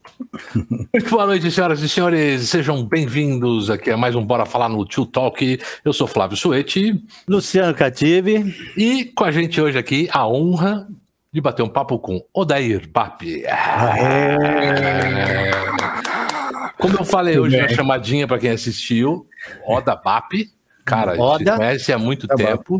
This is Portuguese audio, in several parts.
Muito boa noite, senhoras e senhores. Sejam bem-vindos aqui a mais um Bora Falar no Tio Talk. Eu sou Flávio Suete. Luciano Cativi. E com a gente hoje aqui, a honra de bater um papo com Odair Bap. Como eu falei hoje na chamadinha para quem assistiu, Oda Bap, cara, a gente conhece há muito tempo.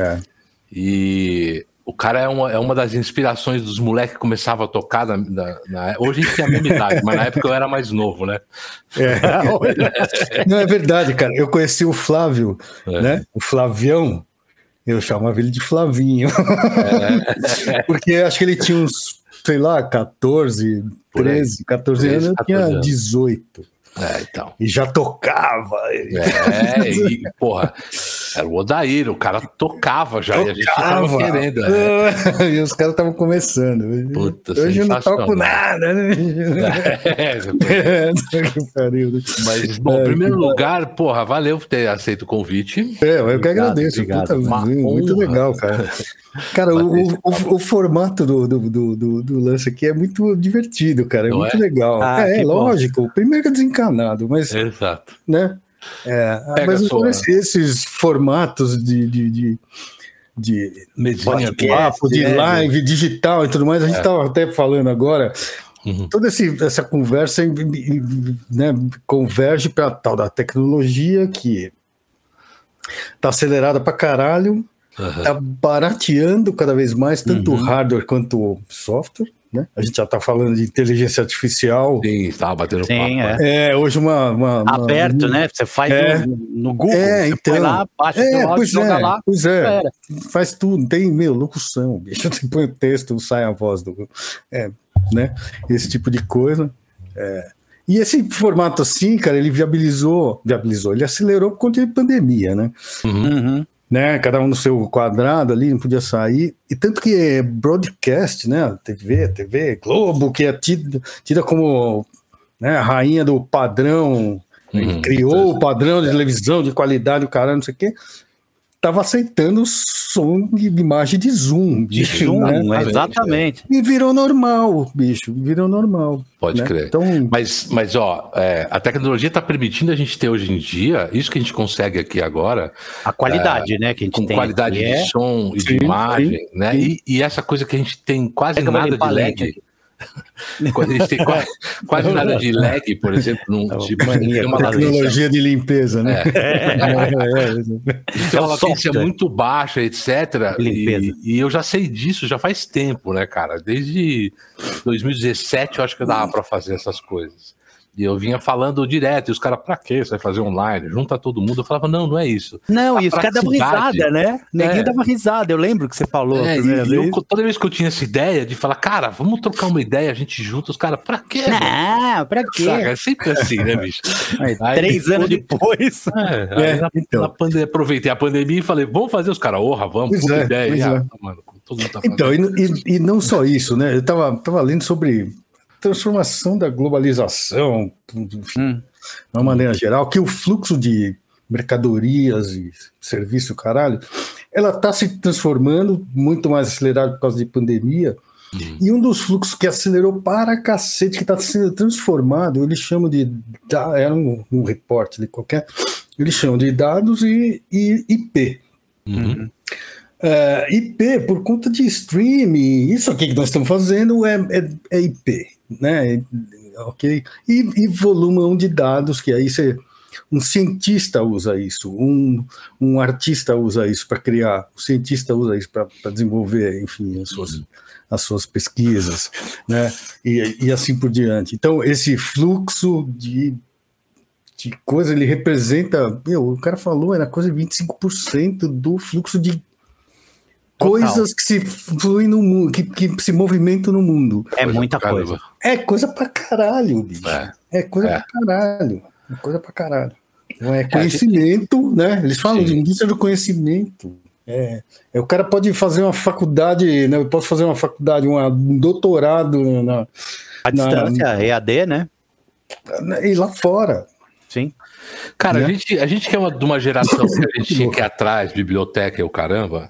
E o cara é uma das inspirações dos moleques que começavam a tocar hoje a gente tem a mesma idade, mas na época eu era mais novo, né? Não, é verdade, cara. Eu conheci o Flávio, né? O Flavião. Eu chamava ele de Flavinho. Porque acho que ele tinha uns, sei lá, 14 anos, eu tinha 18. Então. E já tocava. E porra, era o Odair, o cara tocava já, e a gente tava querendo. E os caras estavam começando. Puta, hoje eu não toco nada, né? Mas, bom, em primeiro lugar, porra, valeu por ter aceito o convite. Eu que agradeço. Puta, muito legal, cara. Cara, o formato do lance aqui é muito divertido, cara. É muito legal. Lógico. O primeiro é desencanado, mas. Exato. Né? Mas esses formatos de bate-papo, de live, digital e tudo mais, a gente estava até falando agora. Toda essa conversa né, converge para a tal da tecnologia que está acelerada para caralho. Tá barateando cada vez mais, tanto o hardware quanto o software, né? A gente já tá falando de inteligência artificial. Sim, estava batendo papo. Hoje aberto, né? Você faz no Google, você põe lá, baixa o áudio, joga lá. Pois faz tudo, tem, locução, bicho, você põe o texto, sai a voz do... né? Esse tipo de coisa. E esse formato assim, cara, ele viabilizou, ele acelerou por conta de pandemia, né? Né, cada um no seu quadrado ali, não podia sair, e tanto que é broadcast, né, TV Globo, que é tida como, né, a rainha do padrão, criou o padrão de televisão de qualidade, o caralho, não sei o quê, tava aceitando o som de imagem de Zoom. Né? Exatamente. E virou normal, bicho, Pode né? crer. Então, mas ó, a tecnologia está permitindo a gente ter hoje em dia, isso que a gente consegue aqui agora. A qualidade, né, que a gente com tem. Com qualidade de som e de imagem, né? E essa coisa que a gente tem quase nada de lag. Quando a gente tem quase nada de lag, por exemplo, tem uma tecnologia de limpeza, né? Tem uma latência muito baixa, etc. E eu já sei disso já faz tempo, né, cara? Desde 2017 eu acho que dava para fazer essas coisas. E eu vinha falando direto, e os caras, pra quê? Você vai fazer online? Junta todo mundo. Eu falava, não é isso. Não, e os caras davam risada, né? Ninguém dava risada, eu lembro que você falou a primeira vez. Toda vez que eu tinha essa ideia de falar, cara, vamos trocar uma ideia, a gente junta, os caras, pra quê? Não, pra quê? Saca? É sempre assim, né, bicho? Aí, 3 anos depois. Na aproveitei a pandemia e falei, vamos fazer os caras, vamos, puta ideia. Mano, todo mundo tá fazendo. Então, e não só isso, né? Eu tava lendo sobre transformação da globalização, enfim, de uma maneira geral, que o fluxo de mercadorias e serviço, ela está se transformando muito mais acelerado por causa de pandemia, e um dos fluxos que acelerou para cacete, que está sendo transformado, eles chamam de, era um reporte ali qualquer, eles chamam de dados e IP. IP, por conta de streaming, isso aqui que nós estamos fazendo é IP, né? Ok? E volumão de dados, que aí um cientista usa isso, um artista usa isso para criar, o cientista usa isso para desenvolver, enfim, as suas pesquisas, né? E assim por diante. Então, esse fluxo de coisa, ele representa, o cara falou, era coisa de 25% do fluxo de coisas que se fluem no mundo, que se movimentam no mundo. É muita coisa. É coisa pra caralho, bicho. É coisa pra caralho. É coisa pra caralho. Então é conhecimento, né? Eles falam de indústria do conhecimento. O cara pode fazer uma faculdade, né? Eu posso fazer uma faculdade, um doutorado à distância, EAD, né? E lá fora. Sim. Cara, né? a gente que é de uma geração que a gente tinha que ir atrás, biblioteca e o caramba.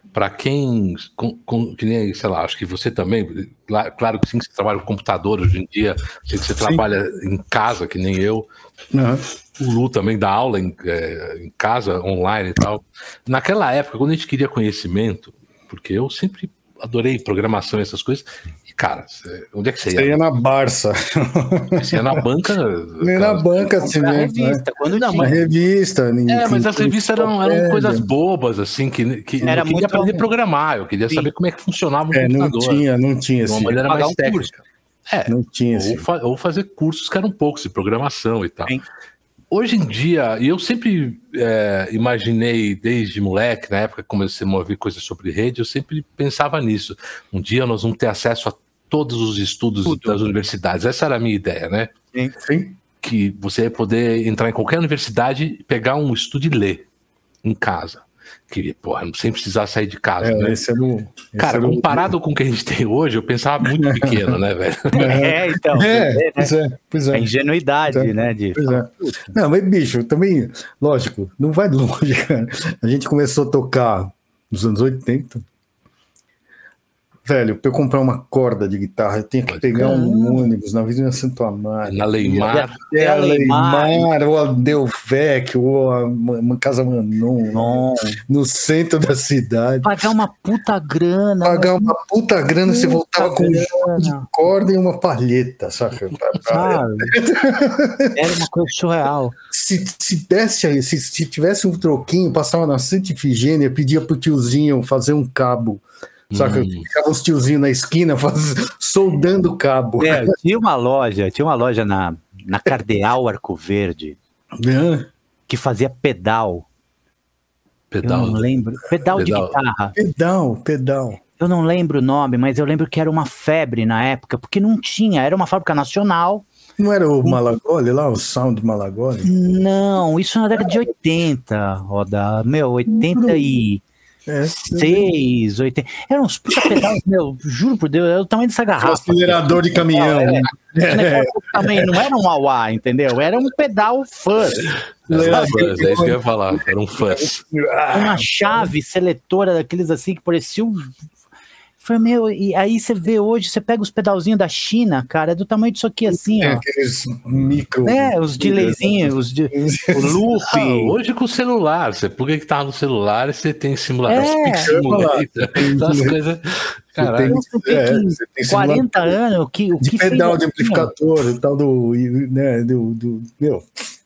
para quem, que nem, sei lá, acho que você também, claro que sim, você trabalha com computador hoje em dia, sei que você trabalha em casa, que nem eu. O Lu também dá aula em casa, online e tal. Naquela época, quando a gente queria conhecimento, porque eu sempre adorei programação e essas coisas, e cara, onde é que você ia? Você ia na Barça. Você ia na banca. Ia na banca, assim, na revista, quando não, uma revista. Mas as revistas eram coisas bobas, assim, que era eu queria aprender a programar, eu queria saber como é que funcionava um computador. Não tinha de uma maneira mais técnica. Não tinha ou fazer cursos que eram poucos de programação e tal. Sim. Hoje em dia, e eu sempre imaginei desde moleque, na época que comecei a mover coisas sobre rede, eu sempre pensava nisso. Um dia nós vamos ter acesso a todos os estudos das universidades. Essa era a minha ideia, né? Sim. Que você ia poder entrar em qualquer universidade, pegar um estudo e ler em casa. Que, porra, sem precisar sair de casa, né? Cara, comparado com o que a gente tem hoje, eu pensava muito pequeno, né, velho? Então. Pois é. A ingenuidade, né? Não, mas, bicho, também, lógico, não vai longe, cara. A gente começou a tocar nos anos 80. Velho, para eu comprar uma corda de guitarra, eu tinha que pegar um ônibus na Avenida Santo Amaro. Na Leimar. A Leimar, ou a Delvec, ou a Casa Manon, no centro da cidade. Pagar uma puta grana. Você voltava com um jogo de corda e uma palheta, saca? Era uma coisa surreal. Se tivesse um troquinho, passava na Santa Ifigênia, pedia pro tiozinho fazer um cabo. Saca? Ficava os tiozinhos na esquina soldando cabo. Tinha uma loja na Cardeal Arco Verde que fazia pedal. Eu não lembro. Pedal de guitarra. Pedal. Eu não lembro o nome, mas eu lembro que era uma febre na época, porque não tinha, era uma fábrica nacional. Não era o Malagoli lá, o Sound Malagoli? Não, isso na década de 80, Roda. 6, 80. Eram uns puta pedais, juro por Deus, era o tamanho dessa garrafa. Acelerador de caminhão. Também não era um auá, entendeu? Era um pedal fuzz. É isso que eu ia falar, era um fuzz. Uma chave seletora daqueles assim que parecia um... e aí você vê hoje, você pega os pedalzinhos da China, cara, é do tamanho disso aqui assim, ó. Aqueles micro... os delayzinhos, o loop. Hoje com o celular, você pluga que tá no celular e você tem simulação. Das coisas... Caralho. Você tem 40 anos, o que pedal de amplificador, o tal do meu...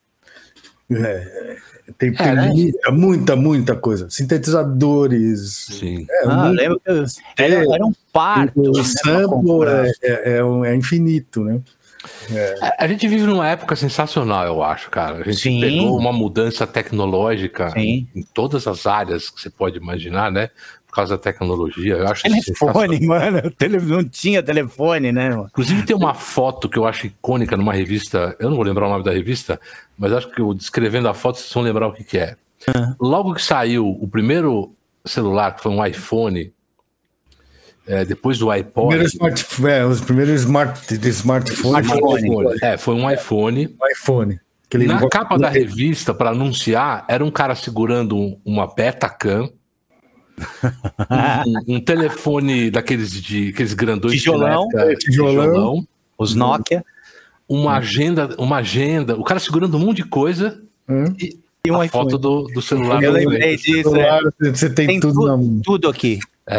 Tem muita coisa. Sintetizadores. Sim. Lembro que era um parto. O sample é infinito, né? A gente vive numa época sensacional, eu acho, cara. A gente pegou uma mudança tecnológica em todas as áreas que você pode imaginar, né? Por causa da tecnologia. Eu acho telefone, mano. Não tinha telefone, né? Mano? Inclusive tem uma foto que eu acho icônica numa revista, eu não vou lembrar o nome da revista, mas acho que eu descrevendo a foto vocês vão lembrar o que é. Logo que saiu o primeiro celular, que foi um iPhone, depois do iPod... os primeiros smartphones. Foi um iPhone. Na capa da revista, para anunciar, era um cara segurando uma Betacam, um telefone daqueles aqueles grandões, tijolão, os Nokia, uma agenda, o cara segurando um monte de coisa e uma foto do celular. Eu lembrei disso. Você tem tudo na mão. Tudo aqui.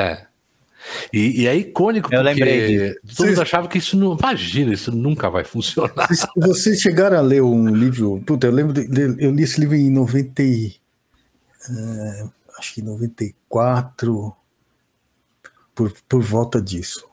E é icônico, porque todo mundo achava que isso não... Imagina, isso nunca vai funcionar. Se vocês chegaram a ler um livro... Puta, eu li esse livro em 90... acho que 94, por volta disso.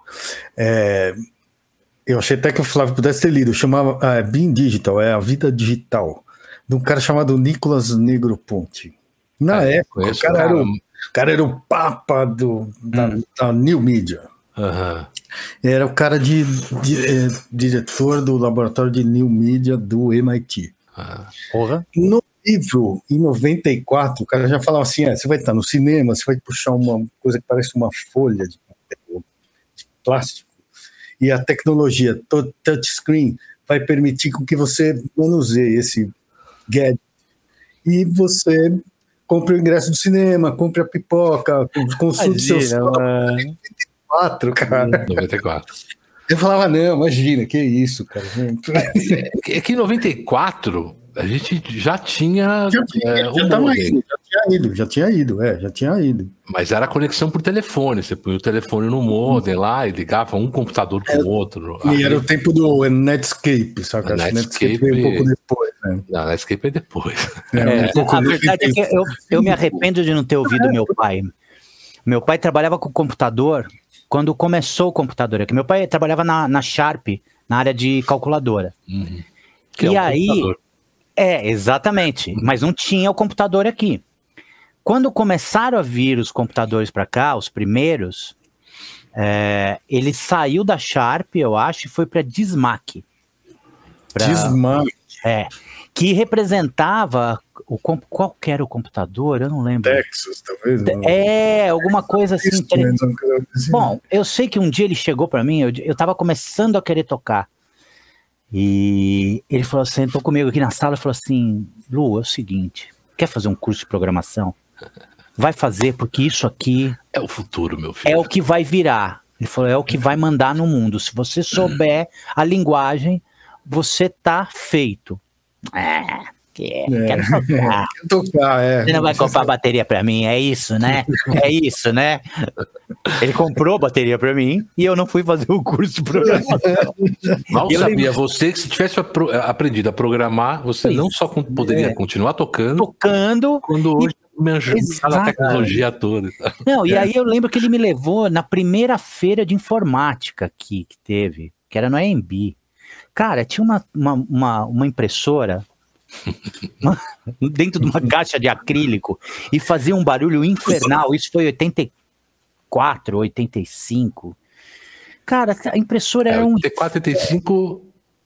Eu achei até que o Flávio pudesse ter lido, chamava Being Digital, a vida digital, de um cara chamado Nicolas Negroponte. Na época, o cara era o papa da New Media. Era o cara diretor do laboratório de New Media do MIT. No livro, em 94, o cara já falava assim, você vai estar no cinema, você vai puxar uma coisa que parece uma folha de plástico, e a tecnologia touchscreen vai permitir com que você manuseie esse gadget. E você compre o ingresso do cinema, compre a pipoca, consulte seus 94, cara. 94. Eu falava, não, imagina, que isso, cara. É que em 94 a gente já tinha já tinha ido. Mas era conexão por telefone, você põe o telefone no modem lá e ligava um computador com o outro. E era o tempo do Netscape, saca? Netscape veio um pouco depois, né? Não, Netscape é depois. A verdade é que eu me arrependo de não ter ouvido meu pai. Meu pai trabalhava com computador quando começou o computador. Meu pai trabalhava na Sharp, na área de calculadora. Que e é aí... Computador. Exatamente. Mas não tinha o computador aqui. Quando começaram a vir os computadores para cá, os primeiros, ele saiu da Sharp, eu acho, e foi para Dismac. Dismac. Que representava qual que era o computador? Eu não lembro. Texas, talvez. Alguma coisa assim. Bom, eu sei que um dia ele chegou para mim, eu estava começando a querer tocar. E ele falou assim, sentou comigo aqui na sala e falou assim, Lu, é o seguinte, quer fazer um curso de programação? Vai fazer, porque isso aqui... É o futuro, meu filho. É o que vai virar. Ele falou, é o que vai mandar no mundo. Se você souber a linguagem, você tá feito. Quero tocar. Você não vai comprar bateria pra mim, é isso, né? Ele comprou bateria pra mim e eu não fui fazer o curso de programação. Mal sabia você que se tivesse aprendido a programar, você não só poderia continuar tocando, quando hoje me ajuda a tecnologia toda. Não, e aí eu lembro que ele me levou na primeira feira de informática aqui que teve, que era no AMB. Cara, tinha uma impressora dentro de uma caixa de acrílico e fazia um barulho infernal. Isso foi 84, 85. Cara, a impressora era 84, 85.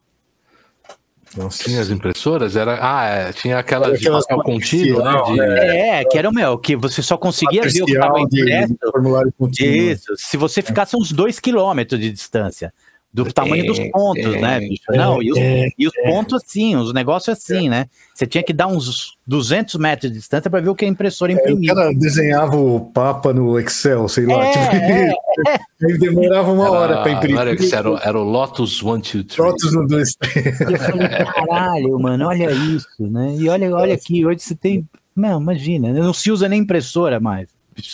Tinha as impressoras? Tinha aquelas de papel contínuo, né? Que era que você só conseguia ver o que estava impresso. Isso, se você ficasse uns 2 quilômetros de distância. Do tamanho dos pontos, né, bicho? Não, e os pontos assim, os negócios assim, né? Você tinha que dar uns 200 metros de distância para ver o que a impressora imprimia. O cara desenhava o Papa no Excel, sei lá. Ele demorava uma hora para imprimir. Era o Lotus 1, 2, 3. Lotus 1, 2, 3. Eu falei, caralho, mano, olha isso, né? E olha aqui, hoje você tem... Não, imagina, não se usa nem impressora mais.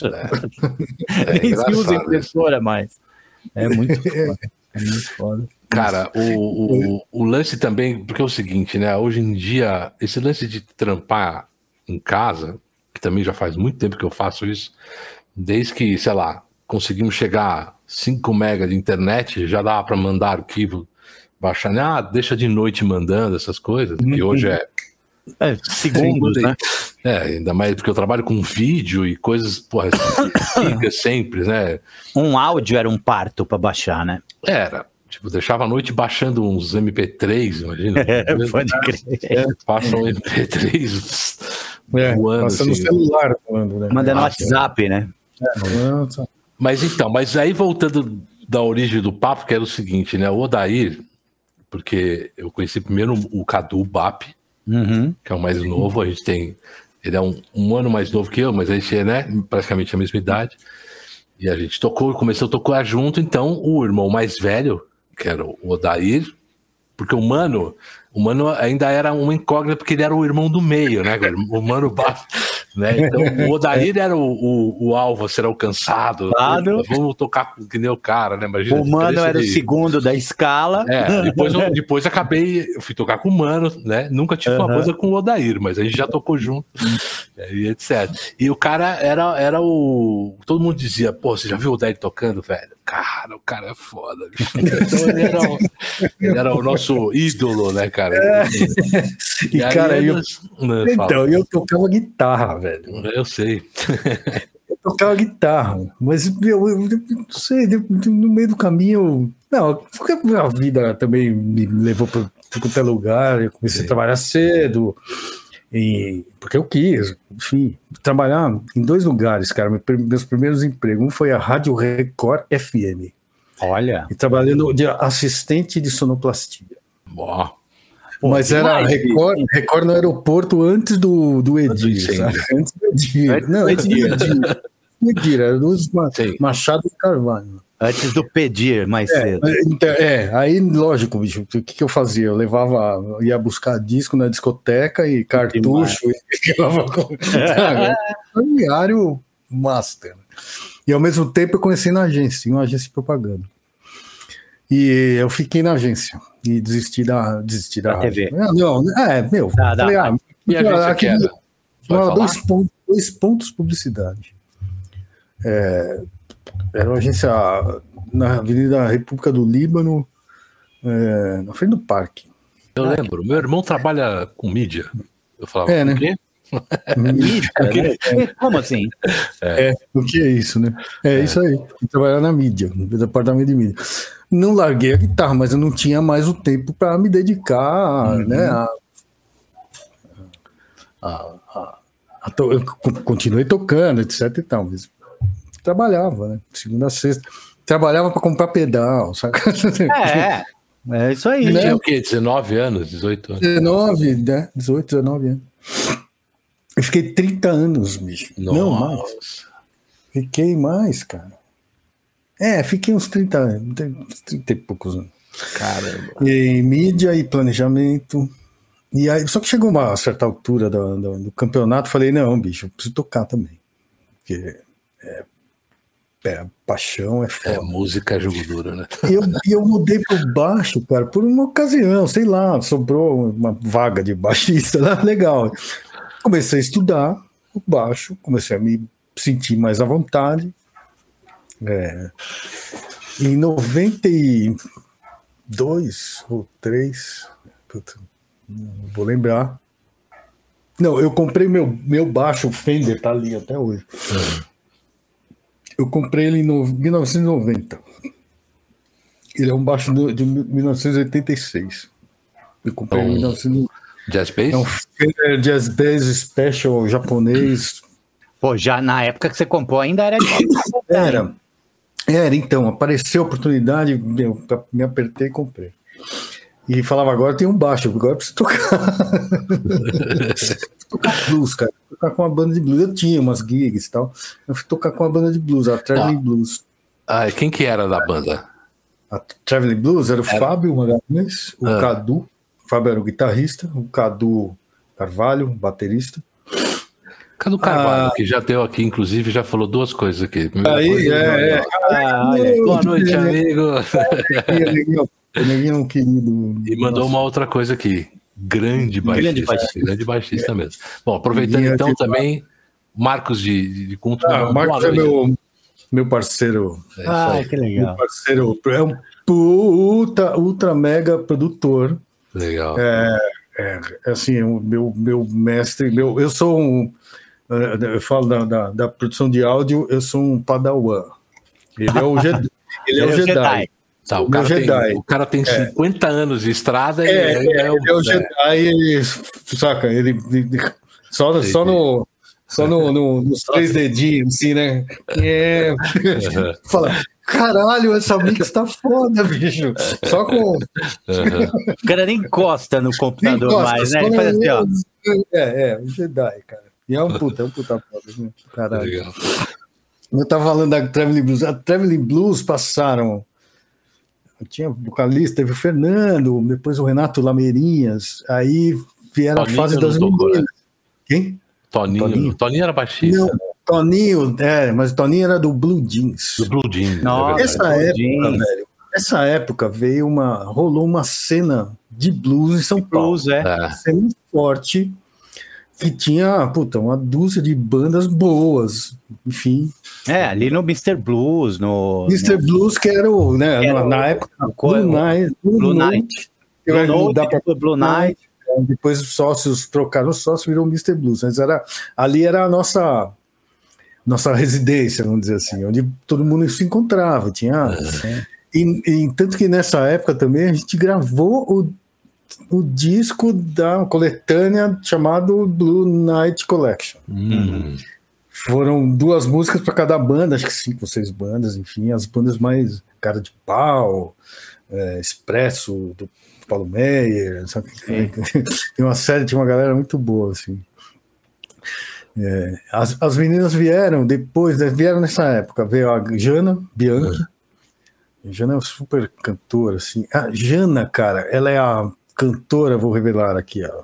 Nem se usa impressora mais. É muito foda. É muito foda. Cara, o lance também, porque é o seguinte, né? Hoje em dia, esse lance de trampar em casa, que também já faz muito tempo que eu faço isso, desde que, sei lá, conseguimos chegar a 5 mega de internet, já dá para mandar arquivo, baixar, deixa de noite mandando essas coisas, que hoje segundos, né? Ainda mais porque eu trabalho com vídeo e coisas, porra, sempre, né? Um áudio era um parto para baixar, né? Era. Tipo, deixava a noite baixando uns MP3, imagina. Pode crer. Passa um MP3 voando. Passa no celular falando, né? Manda no WhatsApp, né? Mas aí voltando da origem do papo, que era o seguinte, né? O Odair, porque eu conheci primeiro o Cadu Bap, que é o mais novo, ele é um ano mais novo que eu, mas a gente é, né, praticamente a mesma idade. E a gente começou a tocar junto, então o irmão mais velho, que era o Odair, porque o Mano ainda era uma incógnita, porque ele era o irmão do meio, né? O Mano Bap, né? Então o Odair era o alvo a ser alcançado. Claro. Vamos tocar que nem o cara, né? Imagina, o Mano era o segundo da escala. Depois eu fui tocar com o Mano, né? Nunca tive uma coisa com o Odair, mas a gente já tocou junto, e etc. E o cara era o... Todo mundo dizia, pô, você já viu o Odair tocando, velho? Cara, o cara é foda. Então ele era o nosso ídolo, né, cara? E cara, eu tocava guitarra, velho. Eu sei. Eu tocava guitarra, mas eu não sei, no meio do caminho... Não, porque a vida também me levou para qualquer lugar, eu comecei a trabalhar cedo, porque eu quis, enfim, trabalhar em 2 lugares, cara. Meus primeiros empregos, um foi a Rádio Record FM. Olha. E trabalhando de assistente de sonoplastia. Boa. Mas era Record no aeroporto antes do Edir, sabe? Antes do Edir. Não, antes do Edir, era dos Machado de Carvalho. Antes do Pedir, mais cedo. Aí, lógico, bicho, o que eu fazia? Eu ia buscar disco na discoteca e cartucho. Diário master. E ao mesmo tempo eu conheci na agência, em uma agência de propaganda. E eu fiquei na agência e desisti da TV. Falei, e a agência que era? Dois pontos publicidade. Era uma agência na Avenida República do Líbano, na frente do parque. Eu lembro, meu irmão trabalha com mídia. Eu falava, né? O quê? Mídia? Como assim? O que é isso, né? Isso aí. Trabalhar na mídia, no departamento de mídia. Não larguei a guitarra, mas eu não tinha mais o tempo para me dedicar, né? Eu continuei tocando, etc e tal, mas trabalhava, né? Segunda a sexta. Trabalhava para comprar pedal, sabe? É isso aí. Tinha o quê? 19 anos? 18 anos? 18, 19 anos. Eu fiquei 30 anos, bicho. Nossa. Não, mais. Fiquei mais, cara. Fiquei uns 30 anos, 30 e poucos anos. Caramba. Em mídia e planejamento. E aí, só que chegou uma certa altura do campeonato, falei, não, bicho, eu preciso tocar também. Porque paixão é foda. Música é jogo duro, né? E eu mudei pro baixo, cara, por uma ocasião, sei lá, sobrou uma vaga de baixista lá, legal. Comecei a estudar o baixo, comecei a me sentir mais à vontade. Em 92 ou 3, não vou lembrar. Não, eu comprei meu baixo Fender, tá ali até hoje. Eu comprei ele em 1990. Ele é um baixo de 1986. Eu comprei ele em 1990. Jazz Bass? É um Fender Jazz Bass Special japonês. Pô, já na época que você comprou ainda era então, apareceu a oportunidade, me apertei e comprei. E falava, agora tem um baixo, agora eu preciso tocar. Tocar blues, cara. Tocar com uma banda de blues. Eu tinha umas gigs e tal. Eu fui tocar com uma banda de blues, a Traveling Blues. Quem que era da banda? A Traveling Blues era o Fábio Magalhães, o Cadu. O Fábio era o guitarrista, o Cadu Carvalho, baterista. Cadu Carvalho, que já deu aqui, inclusive, já falou duas coisas aqui. Boa noite, amigo. Neguinho querido. E mandou uma outra coisa aqui. Grande baixista mesmo. Bom, aproveitando então também, Marcos de Cunto. Marcos é meu parceiro. Que legal. Meu parceiro é um ultra mega produtor. Legal. Assim, o meu mestre, eu sou eu falo da produção de áudio, eu sou um padawan. Ele é o Jedi. Tá, o cara tem 50 anos de estrada. Ele é o Jedi, saca? Ele só nos 3 dedinhos, assim, né? Fala, caralho, essa mix tá foda, bicho. Só com. O cara nem encosta no computador mais, né? Ele faz assim, ó. O Jedi, cara. E é um puta foda, né? Caralho. Legal. Eu tava falando da Traveling Blues. A Traveling Blues passaram. Tinha vocalista, teve o Fernando, depois o Renato Lameirinhas, aí vieram a fase das meninas. Quem? Toninho era baixista. Não, Toninho, mas o Toninho era do Blue Jeans. Do Blue Jeans. Essa época rolou uma cena de blues em São Paulo. Cena forte, que tinha, uma dúzia de bandas boas, enfim. Ali no Mr. Blues, Mr. Blues, que era na época, Blue Night. Blue Night. Depois os sócios trocaram o sócio, virou Mr. Blues. Mas ali era a nossa residência, vamos dizer assim, onde todo mundo se encontrava. Tanto que nessa época também a gente gravou o disco da coletânea chamado Blue Night Collection. Foram 2 músicas para cada banda, acho que 5 ou 6 bandas, enfim, as bandas mais cara de pau, Expresso, do Paulo Meyer, sabe? Tinha uma galera muito boa, assim. As meninas vieram depois, né, vieram nessa época, veio a Jana Bianchi. A Jana é uma super cantora, assim. A Jana, cara, ela é a cantora, vou revelar aqui, ó.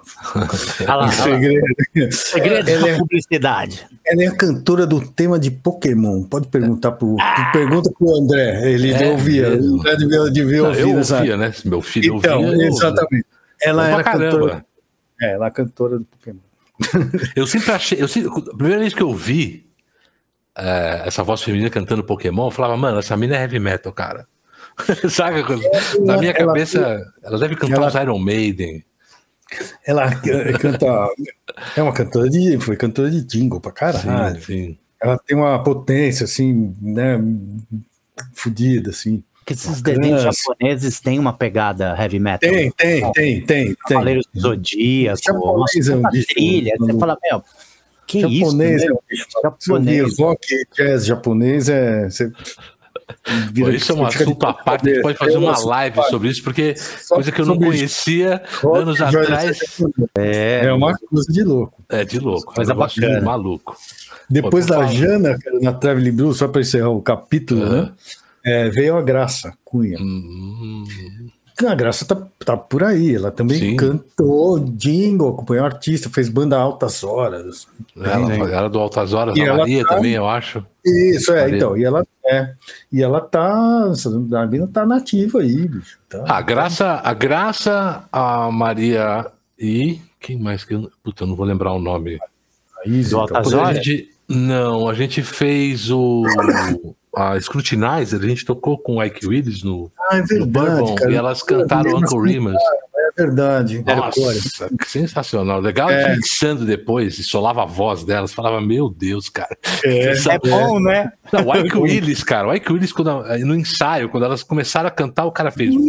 Segredo da publicidade. Ela é a cantora do tema de Pokémon. Pode perguntar pergunta pro André. Ele ouvia. O André devia ouvir. Eu ouvia, né? Meu filho ouvia. Exatamente. Ela era cantora. Ela é cantora do Pokémon. Eu sempre achei. A primeira vez que eu vi essa voz feminina cantando Pokémon, eu falava, mano, essa mina é heavy metal, cara. Sabe? Na minha cabeça, ela deve cantar os Iron Maiden. Ela canta. Foi cantora de jingle pra caralho. Sim. Ela tem uma potência, assim, né? Fodida, assim. Porque esses desenhos japoneses têm uma pegada heavy metal. Tem. Cavaleiros do Zodíaco, uma trilha. Você fala, meu, que japonês, isso? Japonês. Rock jazz japonês isso é um assunto à parte, a gente pode fazer uma live sobre isso, porque coisa que eu não conhecia anos atrás. É uma coisa de louco. É de louco, coisa bacana. Maluco. Depois da Jana, na Traveling Blues, só para encerrar o capítulo, né? Veio a Graça Cunha. A Graça tá por aí, ela também cantou jingle, acompanhou artista, fez banda Altas Horas. Ela era do Altas Horas, a Maria também, eu acho. Isso, então, e ela tá, a mina tá nativa aí, bicho. A Graça, a Maria e quem mais que puta, eu não vou lembrar o nome. Do Altas Horas? A gente fez a Scrutinizer, a gente tocou com o Ike Willis no Bourbon, cara, e elas cantaram Uncle Remus. É verdade. Nossa, que sensacional. Legal mixando depois, e solava a voz delas, falava, meu Deus, cara. É bom, né? Não, o Ike Willis, cara, no ensaio, quando elas começaram a cantar, o cara fez.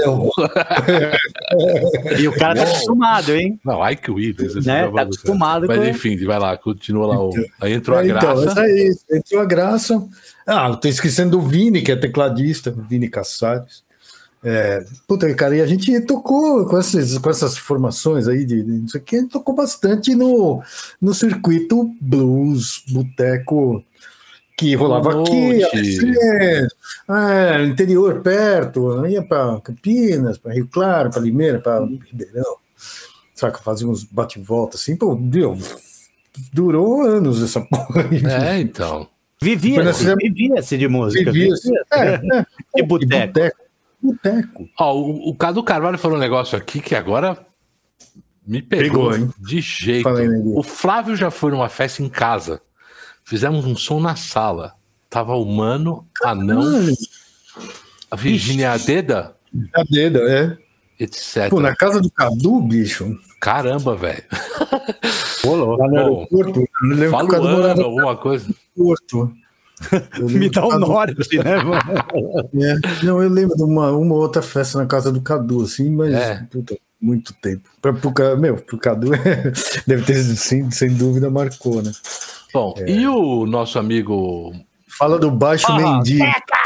E o cara tá acostumado, hein? Não, Ike Willis. Né? Tá acostumado. Mas enfim, vai lá, continua lá. Aí entrou a Graça. Então, entrou a Graça. Eu tô esquecendo do Vini, que é tecladista, Vini Cassares. Puta, cara, e a gente tocou com essas formações aí de não sei o que, a gente tocou bastante no circuito blues, boteco, que rolava aqui, interior perto, ia para Campinas, para Rio Claro, para Limeira, para Ribeirão, saca, fazia uns bate-volta assim, pô, durou anos essa porra aí. Então. Vivia-se de música. Vivia-se. E boteco. O Cadu Carvalho falou um negócio aqui que agora me pegou hein? De jeito. O Flávio já foi numa festa em casa. Fizemos um som na sala. Tava o Mano, Anão, a Virgínia Adeda. Etc. Pô, na casa do Cadu, bicho. Caramba, velho. Lá no aeroporto. Fala o ano, alguma coisa. Porto. Me dá um norte, né, mano? Não, eu lembro de uma outra festa na casa do Cadu, assim, mas puta, muito tempo. Pro Cadu deve ter, sem dúvida, marcou, né? Bom, e o nosso amigo... Fala do Baixo Mendigo.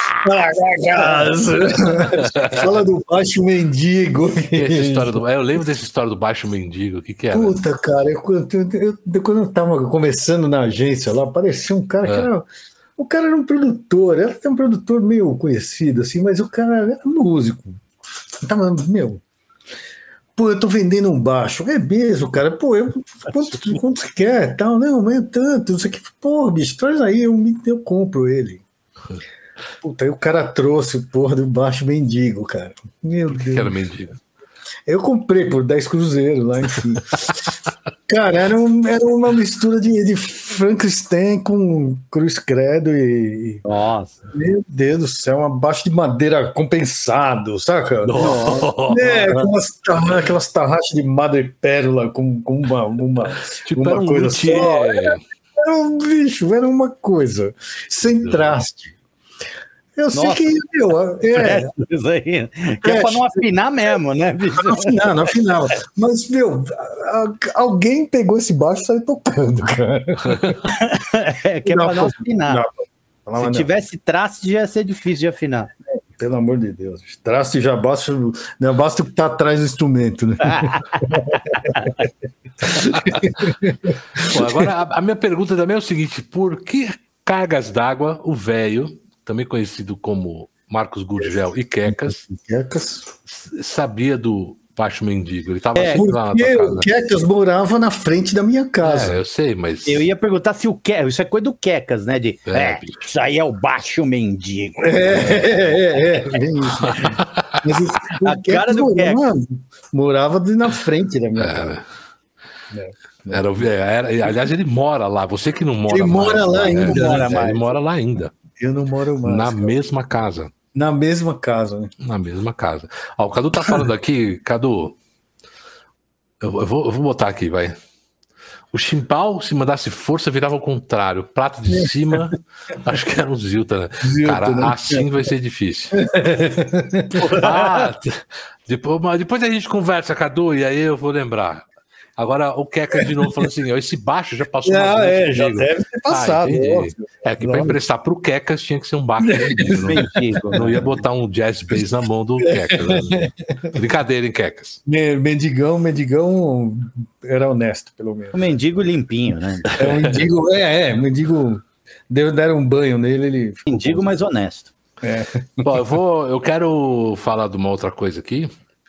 Fala do Baixo Mendigo. Eu lembro dessa história do Baixo Mendigo. O que era? Puta, cara, quando eu tava começando na agência lá, apareceu um cara que era... O cara era um produtor, era até um produtor meio conhecido, assim, mas o cara era músico. Tava, pô, eu tô vendendo um baixo. É mesmo, cara. Pô, quanto você quer? Tal, não é tanto, não sei o que. Pô, bicho, traz aí, eu compro ele. Puta, aí o cara trouxe o porra do Baixo Mendigo, cara. Meu Deus. Que era mendigo? Eu comprei por 10 cruzeiros lá, enfim. Cara, era uma mistura de Frankenstein com Cruz Credo e... Nossa. Meu Deus do céu, um baixo de madeira compensado, saca? Nossa. Com aquelas tarraxas de madrepérola com uma tipo, uma coisa só. Era um bicho, era uma coisa. Sem traste. Eu sei que, isso aí. Que é pra não afinar mesmo, né, bicho? Não afinar. Mas, alguém pegou esse baixo e saiu tocando, cara. Que é pra não afinar. Se tivesse traço, já ia ser difícil de afinar. Pelo amor de Deus. Traste já basta, não basta o que está atrás do instrumento, né? Bom, agora, a minha pergunta também é o seguinte: por que cargas d'água o velho, também conhecido como Marcos Gurgel e Quecas, sabia do Baixo Mendigo? Ele estava sempre lá na tua casa. O Quecas morava na frente da minha casa. Eu sei, mas... Eu ia perguntar se o Quecas... Isso é coisa do Quecas, né? Isso aí é o Baixo Mendigo. Bem isso. Mas a cara do Quecas morava na frente da minha casa. Aliás, ele mora lá. Você que não mora ele mais. Mora lá ainda. Ele mora lá ainda. Eu não moro mais. Na mesma casa. Na mesma casa, né? Na mesma casa. Ó, o Cadu tá falando aqui, Cadu. Eu vou botar aqui, vai. O chimbal, se mandasse força, virava ao contrário. Prato de cima, acho que era um Zilta, né? Cara, né? Assim vai ser difícil. Depois a gente conversa, Cadu, e aí eu vou lembrar. Agora o Quecas de novo falando assim: esse baixo já passou. Já deve ter passado. Que para emprestar pro Quecas tinha que ser um baixo mendigo. Não ia botar um jazz bass na mão do Quecas. Né? Brincadeira, hein, Quecas? Mendigão era honesto, pelo menos. O mendigo limpinho, né? Mendigo. Deram um banho nele, ele. Mendigo, mas honesto. Bom, eu quero falar de uma outra coisa aqui.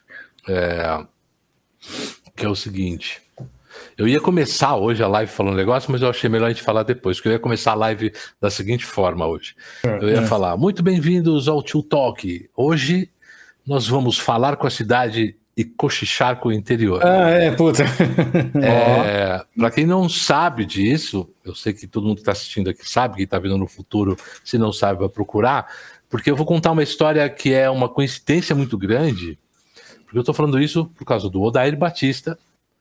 Que é o seguinte: eu ia começar hoje a live falando um negócio, mas eu achei melhor a gente falar depois, porque eu ia começar a live da seguinte forma hoje. Eu ia falar: muito bem-vindos ao Tio Talk. Hoje nós vamos falar com a cidade e cochichar com o interior. Puta. Para quem não sabe disso, eu sei que todo mundo que está assistindo aqui sabe, quem está vendo no futuro, se não sabe, vai procurar, porque eu vou contar uma história que é uma coincidência muito grande. Eu estou falando isso por causa do Odair Batista,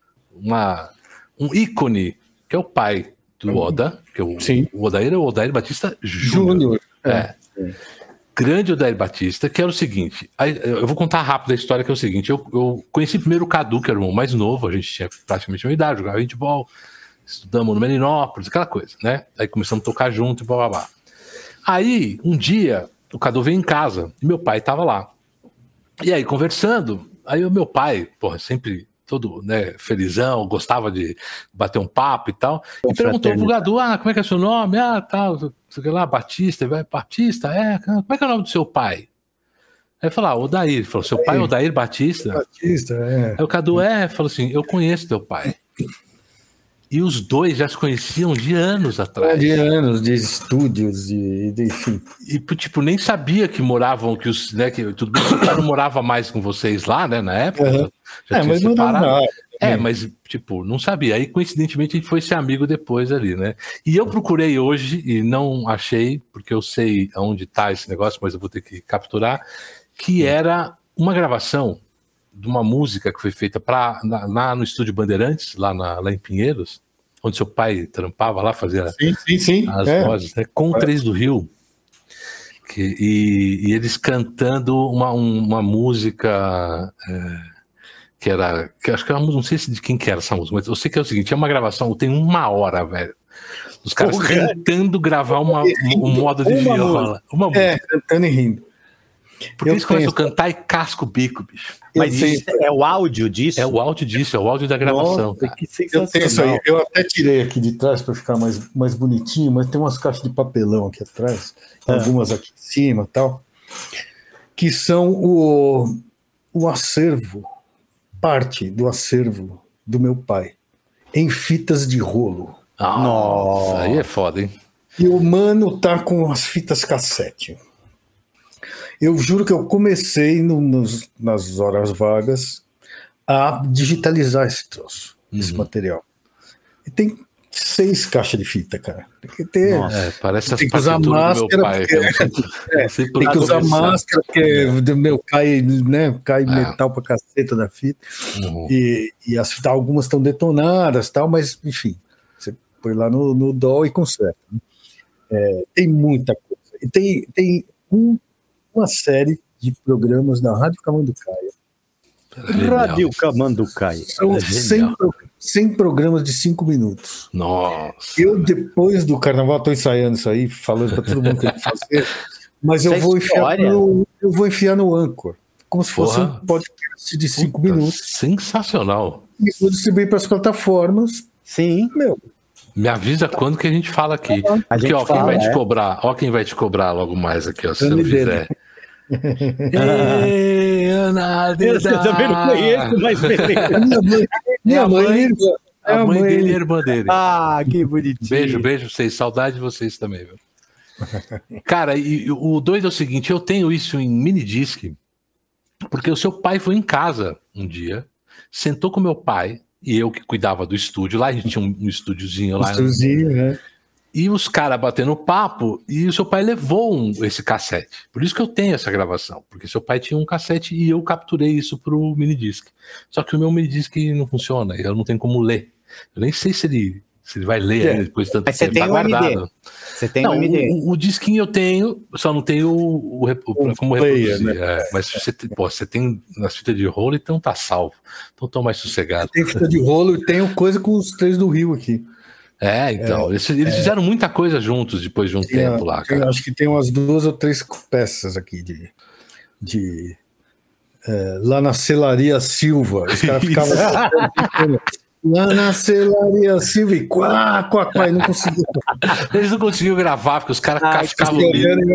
um ícone, que é o pai do Oda, que é o Odair é o Odair Batista Júnior. Grande Odair Batista, que era o seguinte, eu vou contar rápido a história, que é o seguinte: eu conheci primeiro o Cadu, que era o irmão mais novo, a gente tinha praticamente uma idade, jogava handball, estudamos no Meninópolis, aquela coisa, né? Aí começamos a tocar junto e blá blá blá. Aí, um dia, o Cadu veio em casa e meu pai estava lá. E aí, conversando, aí o meu pai, sempre todo, né, felizão, gostava de bater um papo e tal, e perguntou pro Cadu: como é que é seu nome? Tal, sei lá, Batista, Batista, como é que é o nome do seu pai? Aí falou: Odair. Ele falou: seu pai é Odair Batista? Batista, Aí o Cadu falou assim: eu conheço teu pai. E os dois já se conheciam de anos atrás. De anos, de estúdios, enfim. E, nem sabia que moravam, que tudo bem que o cara não morava mais com vocês lá, né, na época. Já tinha separado. Mas, não sabia. Aí, coincidentemente, a gente foi ser amigo depois ali, né? E eu procurei hoje e não achei, porque eu sei aonde tá esse negócio, mas eu vou ter que capturar, que era uma gravação de uma música que foi feita lá no Estúdio Bandeirantes, lá em Pinheiros, onde seu pai trampava lá, fazia as vozes, né, com o Três do Rio, e eles cantando uma música que acho que não sei de quem que era essa música, mas eu sei que é o seguinte: é uma gravação, tem 1 hora, velho, os caras tentando gravar um modo de viola, uma música. Cantando e rindo. Porque eles começam a cantar e casca o bico, bicho. Mas é o áudio disso? É o áudio disso, é o áudio da gravação. Nossa, que sensacional. Eu tenho isso aí. Eu até tirei aqui de trás para ficar mais bonitinho, mas tem umas caixas de papelão aqui atrás, algumas aqui em cima e tal, que são o acervo, parte do acervo do meu pai, em fitas de rolo. Nossa, aí é foda, hein? E o mano tá com as fitas cassete. Eu juro que eu comecei nas horas vagas a digitalizar esse troço, esse material. E tem 6 caixas de fita, cara. Parece tem que usar máscara. Tem que usar máscara, porque do meu cai metal pra caceta da fita. E as fitas, algumas estão detonadas, tal, mas enfim, você põe lá no DAW e conserta. Tem muita coisa. E tem uma série de programas da Rádio Camanducaia. Rádio Camanducaia. São 100 programas de 5 minutos. Nossa. Eu, depois do carnaval, estou ensaiando isso aí, falando para todo mundo que tem que fazer, Mas eu vou enfiar no Anchor, como se fosse um podcast de 5 minutos. Sensacional. E vou distribuir para as plataformas. Sim. Me avisa quando que a gente fala aqui. Porque, ó, quem vai te cobrar? Ó, quem vai te cobrar logo mais aqui, ó, se você não fizer. Ei, Ana, eu também não conheço, mas minha mãe a mãe dele e a irmã dele. Ah, que bonitinho. Beijo vocês, saudade de vocês também, viu? Cara, e o doido é o seguinte, eu tenho isso em minidisc, porque o seu pai foi em casa um dia, sentou com meu pai, e eu que cuidava do estúdio, lá a gente tinha um estúdiozinho lá. Né? E os caras batendo papo, e o seu pai levou esse cassete. Por isso que eu tenho essa gravação, porque seu pai tinha um cassete e eu capturei isso pro minidisc. Só que o meu minidisc não funciona, eu não tenho como ler. Eu nem sei se ele vai ler depois de tanto tempo. Mas você tem um MD. Você tem um MD. O disquinho eu tenho, só não tenho como player, reproduzir. Né? Mas você tem nas fitas de rolo, então tá salvo. Então tô mais sossegado. Tem fita de rolo e tenho coisa com os Três do Rio aqui. Então, eles fizeram muita coisa juntos depois de um tempo lá, cara. Acho que tem umas 2 ou 3 peças aqui lá na Celaria Silva. Os caras ficavam lá na Celaria Silva e quá, e não conseguiu. Eles não conseguiram gravar, porque os caras cascavam o livro.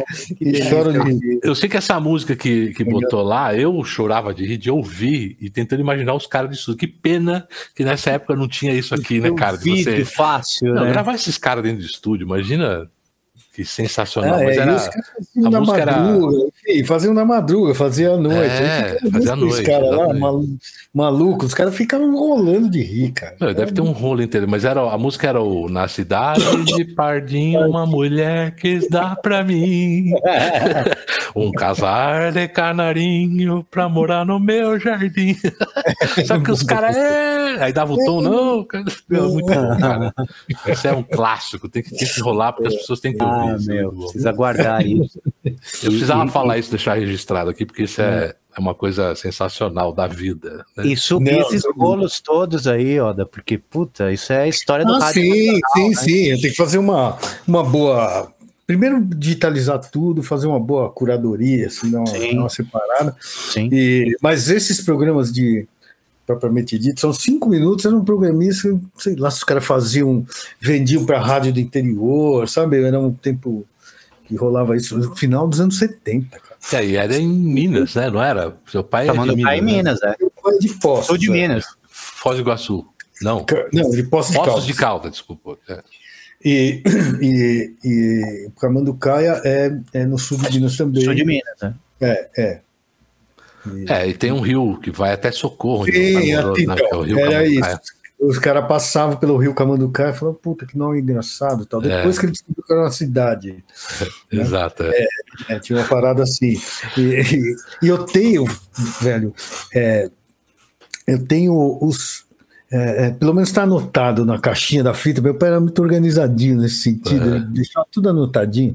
Eu sei que essa música que botou lá, eu chorava de rir, de ouvir e tentando imaginar os caras disso. Que pena que nessa época não tinha isso aqui, né, cara? Vídeo fácil, não, né? Gravar esses caras dentro do estúdio, imagina que sensacional. Mas era... a música era... faziam na madruga, fazia à noite. Fazia à noite. Os caras lá, malucos, os caras ficavam rolando de rir, cara. Deve ter um rolo inteiro, mas a música era Na cidade de Pardinho, uma mulher quis dar pra mim um casar de canarinho pra morar no meu jardim. Só que os caras aí dava o tom, não, cara. Muito bom, cara. Isso é um clássico, tem que rolar porque as pessoas têm que ouvir. Precisa guardar isso. Eu precisava falar isso, deixar registrado aqui, porque isso é uma coisa sensacional da vida. Né? E subir esses rolos todos aí, Oda, porque, puta, isso é a história do rádio. Sim. Eu tenho que fazer uma boa... Primeiro, digitalizar tudo, fazer uma boa curadoria, assim, dar uma separada. Sim. Mas esses programas propriamente dito, são 5 minutos, era um programinha, sei lá, se os caras vendiam para a rádio do interior, sabe? Era um tempo que rolava isso no final dos anos 70, cara. E era em Minas, né? Não era? Seu pai é de Minas. Em Minas, Meu pai é de Poços. Sou de Minas. Foz do Iguaçu. Não, de Poços de Caldas. Poços de Caldas, desculpa. E Camanducaia é no sul de Minas também. Sul de Minas, né? E tem um rio que vai até Socorro. Sim, era isso. Os caras passavam pelo rio Camanducaia e falavam, puta, que nome engraçado. Tal. Depois que eles descobriram que era uma cidade. Exato. Tinha uma parada assim. E eu tenho, velho, eu tenho os... pelo menos está anotado na caixinha da fita. Meu pai era muito organizadinho nesse sentido, ele deixava tudo anotadinho.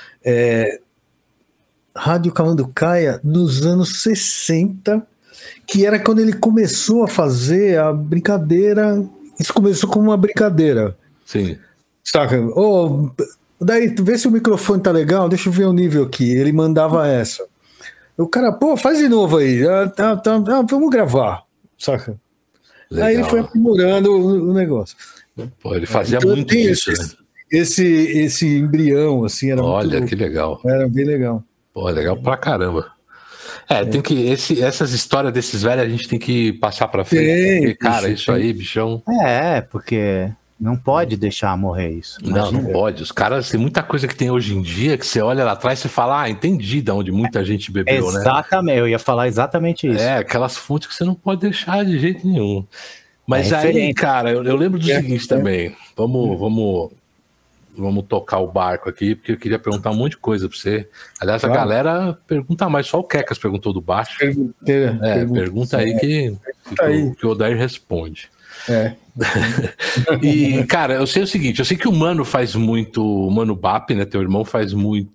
Rádio Camanducaia nos anos 60, que era quando ele começou a fazer a brincadeira. Isso começou como uma brincadeira. Sim. Saca? Daí, vê se o microfone tá legal, deixa eu ver o nível aqui. Ele mandava essa. O cara, faz de novo aí. Vamos gravar. Saca? Legal. Aí ele foi aprimorando o negócio. Ele fazia muito isso, né? Esse embrião, assim, era Olha, que legal. Era bem legal. Legal pra caramba. Tem que... essas histórias desses velhos a gente tem que passar pra frente. Porque, cara, isso aí, bichão... Porque não pode deixar morrer isso. Imagina. Não pode. Os caras, tem muita coisa que tem hoje em dia que você olha lá atrás e fala, entendi de onde muita gente bebeu, né? Exatamente, eu ia falar exatamente isso. Aquelas fontes que você não pode deixar de jeito nenhum. Mas aí, cara, eu lembro do seguinte também. Vamos tocar o barco aqui, porque eu queria perguntar um monte de coisa pra você. Aliás, a galera pergunta mais, só o Quecas perguntou do baixo. Pergunta aí que o Odair responde. E, cara, eu sei o seguinte, eu sei que o Mano faz muito, o Mano Bap, né, teu irmão fez,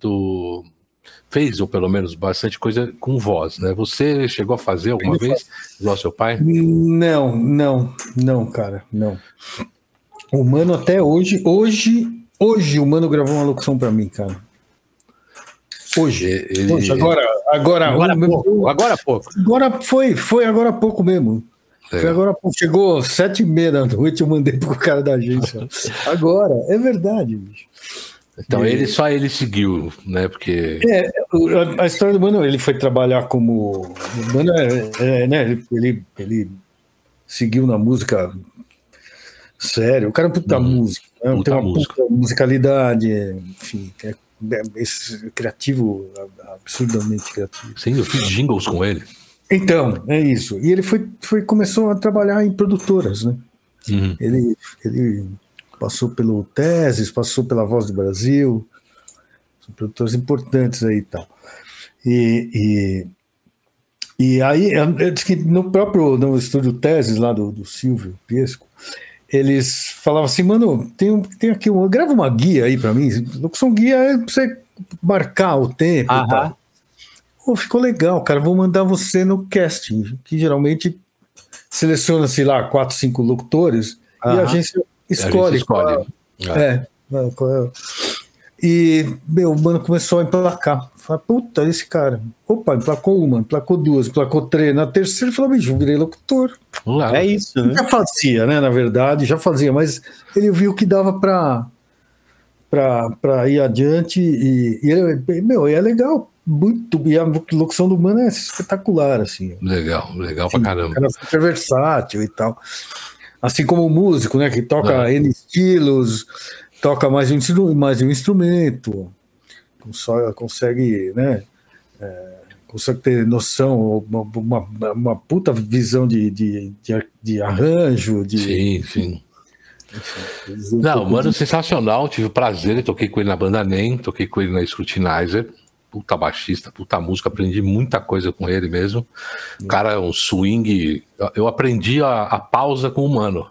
ou pelo menos bastante coisa com voz, né? Você chegou a fazer alguma vez, igual seu pai? Não, cara, não. O Mano até hoje o Mano gravou uma locução pra mim, cara. Hoje. Hoje agora há pouco. Foi agora há pouco mesmo. Foi agora há pouco. Chegou 7h30 da noite, eu mandei pro cara da agência. Agora, é verdade, bicho. Então ele seguiu, né? Porque a história do Mano, ele foi trabalhar como o Mano, né? Ele seguiu na música sério. O cara é um puta música, né? Tem uma puta musicalidade, enfim, criativo, absurdamente criativo. Sim, eu fiz jingles com ele. Então, é isso. E ele começou a trabalhar em produtoras, né? Uhum. Ele passou pelo Teses, passou pela Voz do Brasil, são produtores importantes aí e tal. E aí, eu disse que no estúdio Teses, lá do Silvio Piesco, eles falavam assim, mano, tem aqui, grava uma guia aí pra mim, locução guia é pra você marcar o tempo e tal. Pô, ficou legal, cara, vou mandar você no casting, que geralmente seleciona-se lá 4, 5 locutores, e a agência escolhe. E, o Mano começou a emplacar. Falei, puta, esse cara. Opa, emplacou uma, emplacou duas, emplacou 3. Na terceira, ele falou, bicho, eu virei locutor. É isso, né? Já fazia, né? Na verdade, mas ele viu que dava pra ir adiante. E é legal. Muito. E a locução do Mano é espetacular, assim. Legal pra caramba. O cara é super versátil e tal. Assim como o músico, né? Que toca N estilos, toca mais de um instrumento, consegue, né? Consegue ter noção, uma puta visão de arranjo. Sim. Não, Mano, sensacional. Tive o prazer, toquei com ele na banda NEM, toquei com ele na Scrutinizer. Puta baixista, puta música, aprendi muita coisa com ele mesmo. O cara é um swing. Eu aprendi a pausa com o Mano.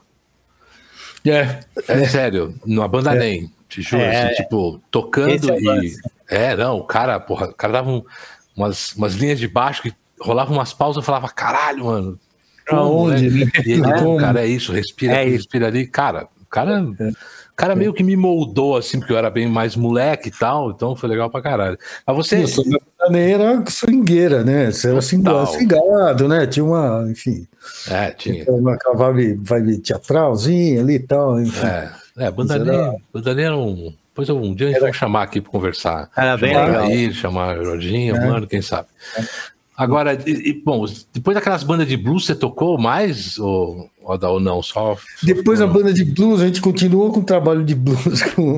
Sério, numa banda NEM, te juro, assim, tipo, tocando não, o cara dava umas linhas de baixo que rolava umas pausas, eu falava, caralho, mano. Aonde? Né? E ele, cara, é isso, respira ali, cara. O cara meio que me moldou, assim, porque eu era bem mais moleque e tal, então foi legal pra caralho. Mas você... Eu sou era swingueira, né? Você era swingado, né? Tinha uma, enfim... tinha. Uma vibe teatralzinha ali e tal, enfim. Bandaneira era um... Depois um dia a gente vai chamar aqui pra conversar. Era bem legal. Chamar a Jorginho, Mano, quem sabe. Agora, bom, depois daquelas bandas de blues, você tocou mais ou não? Só depois da banda de blues, a gente continuou com o trabalho de blues.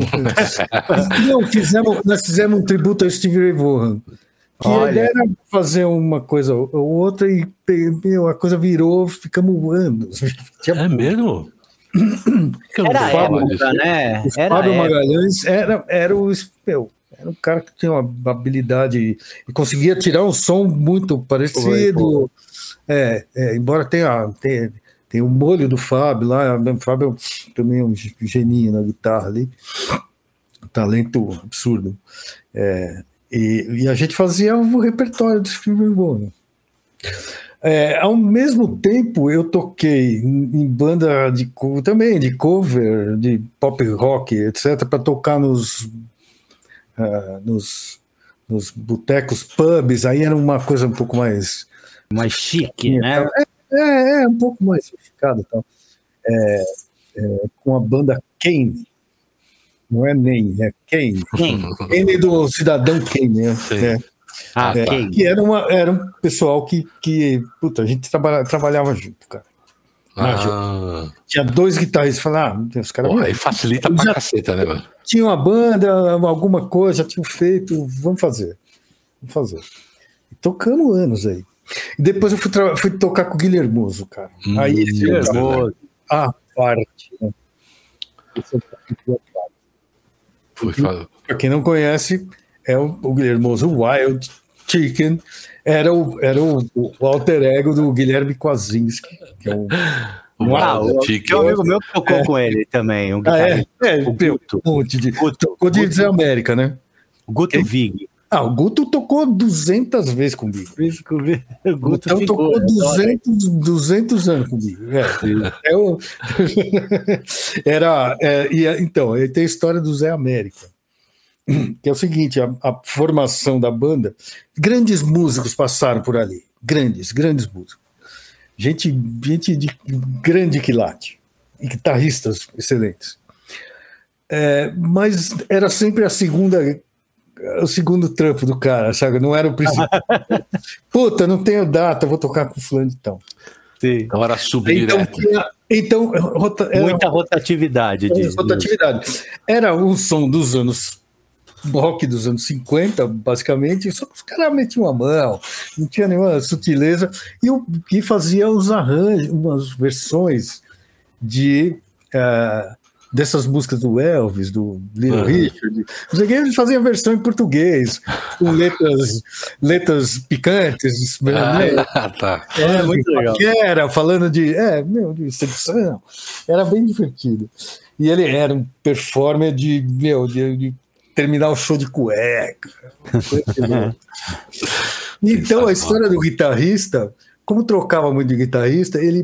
Nós fizemos um tributo a Stevie Ray Vaughan. Que a ideia era fazer uma coisa ou outra e a coisa virou, ficamos anos. É mesmo? Era a época, né? O Fábio Magalhães era um cara que tinha uma habilidade e conseguia tirar um som muito parecido. Embora tenha o molho do Fábio lá. O Fábio também é um geninho na guitarra ali. Um talento absurdo. E a gente fazia o repertório do Stevie Vaughan. Ao mesmo tempo, eu toquei em banda também de cover, de pop rock, etc., para tocar nos botecos, pubs. Aí era uma coisa um pouco mais chique, né? Um pouco mais sofisticado, então. Com a banda Kane. Não é NEM, é Kane. Kane do Cidadão Kane, né? Que era um pessoal que puta, a gente trabalhava junto, cara. Tinha 2 guitarristas, falaram, os caras... aí facilita pra caceta, né, mano? Tinha uma banda, alguma coisa, já tinham feito, vamos fazer. E tocamos anos aí. E depois eu fui tocar com o Guilhermoso, cara. Aí Guilhermoso. A parte, né? Para quem não conhece, é o Guilhermoso Wild Chicken, era o alter ego do Guilherme Kwasinski, que é um amigo meu tocou com ele também. O Guto. Tocou de Zé América, né? O Guto Vig. O Guto tocou 200 vezes comigo. O Guto tocou 200 anos comigo. Então, ele tem a história do Zé América. que é o seguinte, a formação da banda, grandes músicos passaram por ali, grandes músicos. Gente de grande quilate, e guitarristas excelentes. Mas era sempre o segundo trampo do cara, sabe? Não era o principal. Puta, não tenho data, vou tocar com fulano então. Sim. Então era subir então muita rotatividade. Rotatividade. Era um som dos anos rock dos anos 50, basicamente, só que os caras metiam a mão, não tinha nenhuma sutileza, e o que fazia os arranjos, umas versões dessas músicas do Elvis, do Little Richard, não sei o que, eles faziam versão em português, com letras picantes, tá. Muito legal. Era falando de sedução, era bem divertido. E ele era um performer de terminar o show de cueca. Então, a história do guitarrista, como trocava muito de guitarrista, eles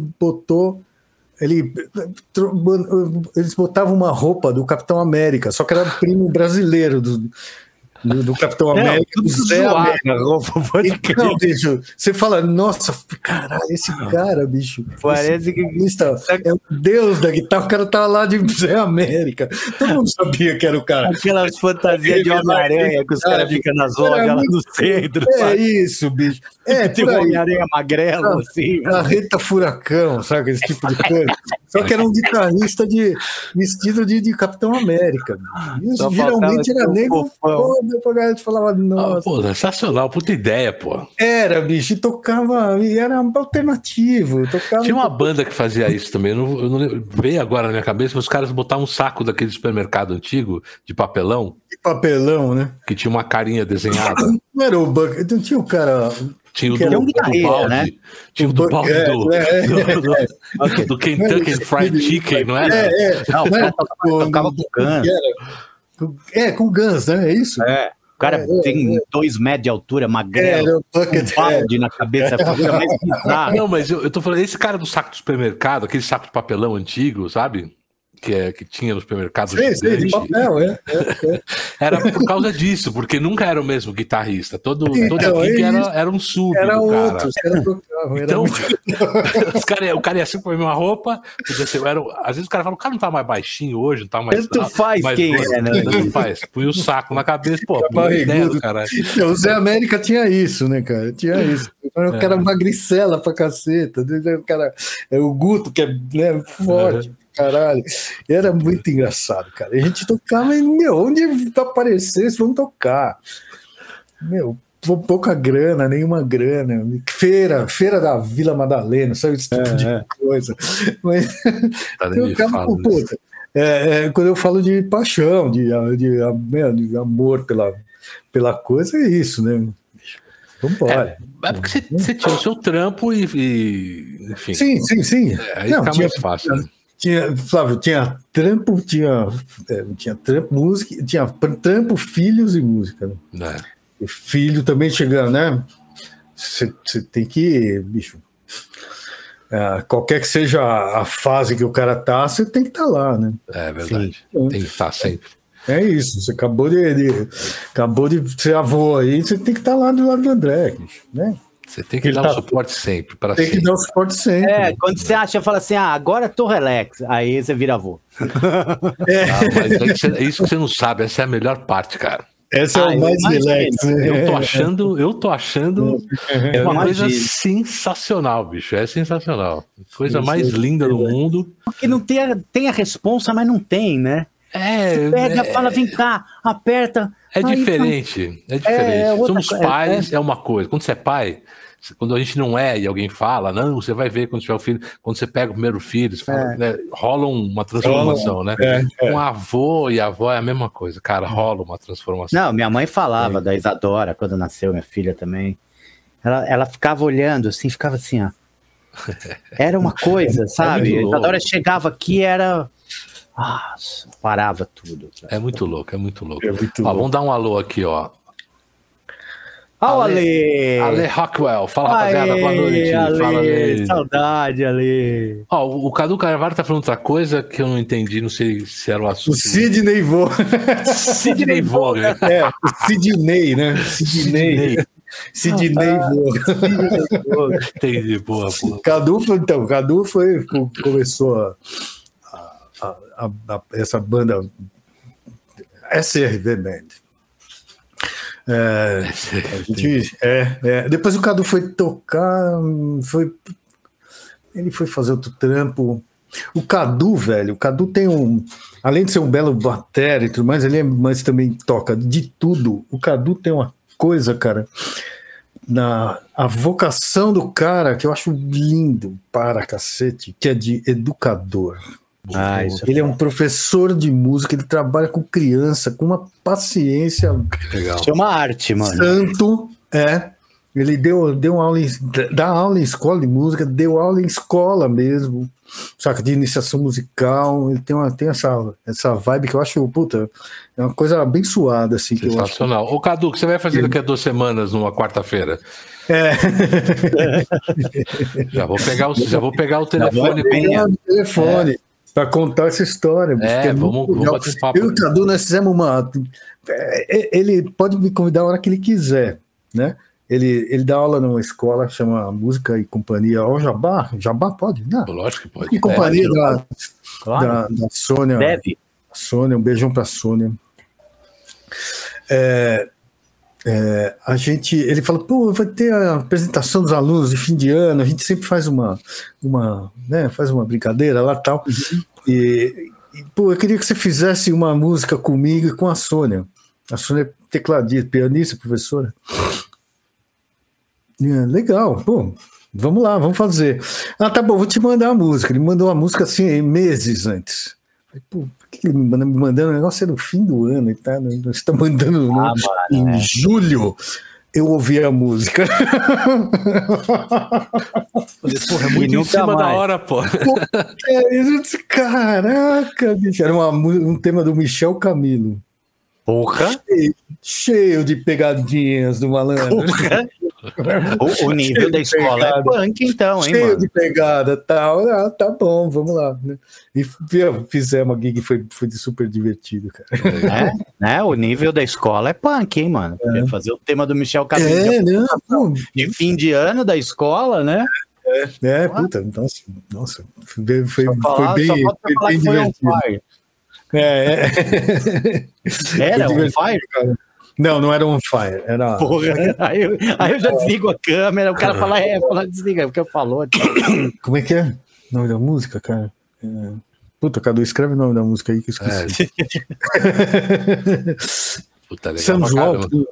botavam uma roupa do Capitão América, só que era primo brasileiro do Capitão América. Tudo zoado, então, bicho, você fala, nossa, caralho, esse cara, bicho, parece que é o deus da guitarra, o cara tava lá de Zé América, todo mundo sabia que era o cara. Aquelas fantasias de Homem-Aranha que os caras ficam nas lojas lá no centro. Isso, bicho. Tem um Homem-Aranha magrelo, assim. Carreta Furacão, sabe, esse tipo de coisa. Só que era um guitarrista vestido de Capitão América. Isso geralmente era nego. A gente falava, nossa. Pô, sensacional, puta ideia, pô. Era, bicho, e tocava, e era alternativo. Tinha uma banda que fazia isso também, eu não lembro, veio agora na minha cabeça, mas os caras botavam um saco daquele supermercado antigo, de papelão. De papelão, né? Que tinha uma carinha desenhada. Não era o Buck, não tinha o cara. Tinha o do balde, né? Tinha o do balde do Kentucky Fried Chicken, não era? Tocava com Guns. Com Guns, né? É isso? O cara tem 2 metros de altura, magrelo, com balde na cabeça, fica mais bizarro. Não, mas eu tô falando, esse cara do saco do supermercado, aquele saco de papelão antigo, sabe? Que tinha no supermercado. Sei, de papel, Era por causa disso, porque nunca era o mesmo guitarrista. Todo aqui era um sub. Era do cara. outro. Então, o cara ia sempre com a mesma roupa. Às vezes o cara fala, o cara não tá mais baixinho hoje, não tá mais. Tanto faz quem é, né? Tanto faz. Põe o saco na cabeça, pô, ideia do cara. O Zé América tinha isso, né, cara? Tinha isso. O cara magricela pra caceta. O Guto, que é forte. Caralho, era muito engraçado, cara. A gente tocava e, onde aparecesse, vamos tocar. Pouca grana, nenhuma grana. Feira da Vila Madalena, sabe? Esse tipo de coisa. Mas quando eu falo de paixão, de amor pela coisa, é isso, né? Vambora. É porque você tinha o seu trampo e enfim. Sim. Aí fica mais fácil, né? Flávio, tinha trampo, tinha trampo, música, tinha trampo, filhos e música. Né? O filho também chegando, né? Você tem que, bicho, qualquer que seja a fase que o cara tá, você tem que estar lá, né? É verdade. Sim. Tem que estar sempre. É isso, você acabou de ser avô aí, você tem que estar lá do lado do André, né? Você tem que dar o suporte sempre. Tem que dar o suporte sempre. Quando você acha, fala assim, agora tô relax, aí você vira avô. Mas é isso que você não sabe, essa é a melhor parte, cara. Essa é o mais relax. Eu tô achando uma coisa sensacional, bicho. É sensacional. Coisa mais linda do mundo. Porque não tem a responsa, mas não tem, né? Você pega, fala, vem cá, aperta. É diferente. Somos pais, é uma coisa. Quando você é pai, quando a gente não é e alguém fala, não, você vai ver quando tiver o filho. Quando você pega o primeiro filho, você fala, né, rola uma transformação, né? Com avô e avó é a mesma coisa, cara, rola uma transformação. Não, minha mãe falava da Isadora, quando nasceu, minha filha também. Ela ficava olhando assim, ficava assim, ó. Era uma coisa, sabe? A Isadora chegava aqui, era... parava tudo. É muito louco. Vamos dar um alô aqui, ó. Ale Rockwell. Fala, rapaziada, boa noite. Fala, Ale. Saudade, Ale. O Cadu Carvalho tá falando outra coisa que eu não entendi, não sei se era o assunto. O Sidney Vogel. Sidney Vogel. O Sidney, né? Sidney Vogel. Entendi, boa. Cadu começou essa banda SRV Band. Depois o Cadu foi tocar, ele foi fazer outro trampo. O Cadu tem além de ser um belo batera e tudo mais, mas também toca de tudo. O Cadu tem uma coisa, cara, a vocação do cara que eu acho lindo para cacete, que é de educador. Ele é um professor de música, ele trabalha com criança, com uma paciência. Legal. Isso é uma arte, mano. Santo, ele dá aula em escola de música, deu aula em escola mesmo, saca, de iniciação musical. Ele tem essa vibe que eu acho, é uma coisa abençoada, assim. Sensacional. Ô, Cadu, o que você vai fazer daqui a 2 semanas, numa quarta-feira? Já vou pegar o telefone. Para contar essa história. Vamos bater papo. Eu e o Cadu, nós fizemos ele pode me convidar a hora que ele quiser, né? Ele dá aula numa escola, chama Música e Companhia. Jabá pode? Não. Lógico que pode. Em companhia da Sônia. Deve. Sônia, um beijão para Sônia. Ele fala, vai ter a apresentação dos alunos de fim de ano, a gente sempre faz faz uma brincadeira lá e tal, eu queria que você fizesse uma música comigo e com a Sônia. A Sônia é tecladista, pianista, professora. Legal, vamos lá, vamos fazer. Tá bom, vou te mandar a música. Ele mandou a música assim, meses antes. Por que ele me mandando? O negócio é no fim do ano e tá? Você está mandando em julho. Eu ouvi a música. É muito em cima da hora, pô. Eu disse, caraca, bicho. Era um tema do Michel Camilo. Porra! Cheio de pegadinhas do malandro. O nível da escola é punk, então, hein, cheio mano? de pegada e tal. Tá bom, vamos lá. E fizemos uma gig que foi super divertido, cara. O nível da escola é punk, hein, mano? Fazer o tema do Michel Camilo de fim de ano da escola, né? Puta, nossa. Foi bem divertido. Era on fire? Cara. Não era on fire. Era... Porra, aí eu já desligo a câmera, o cara fala, desliga, porque falou. Como é que é? O nome da música, cara? Puta, Cadu, escreve o nome da música aí que eu esqueci. Sam's Walking.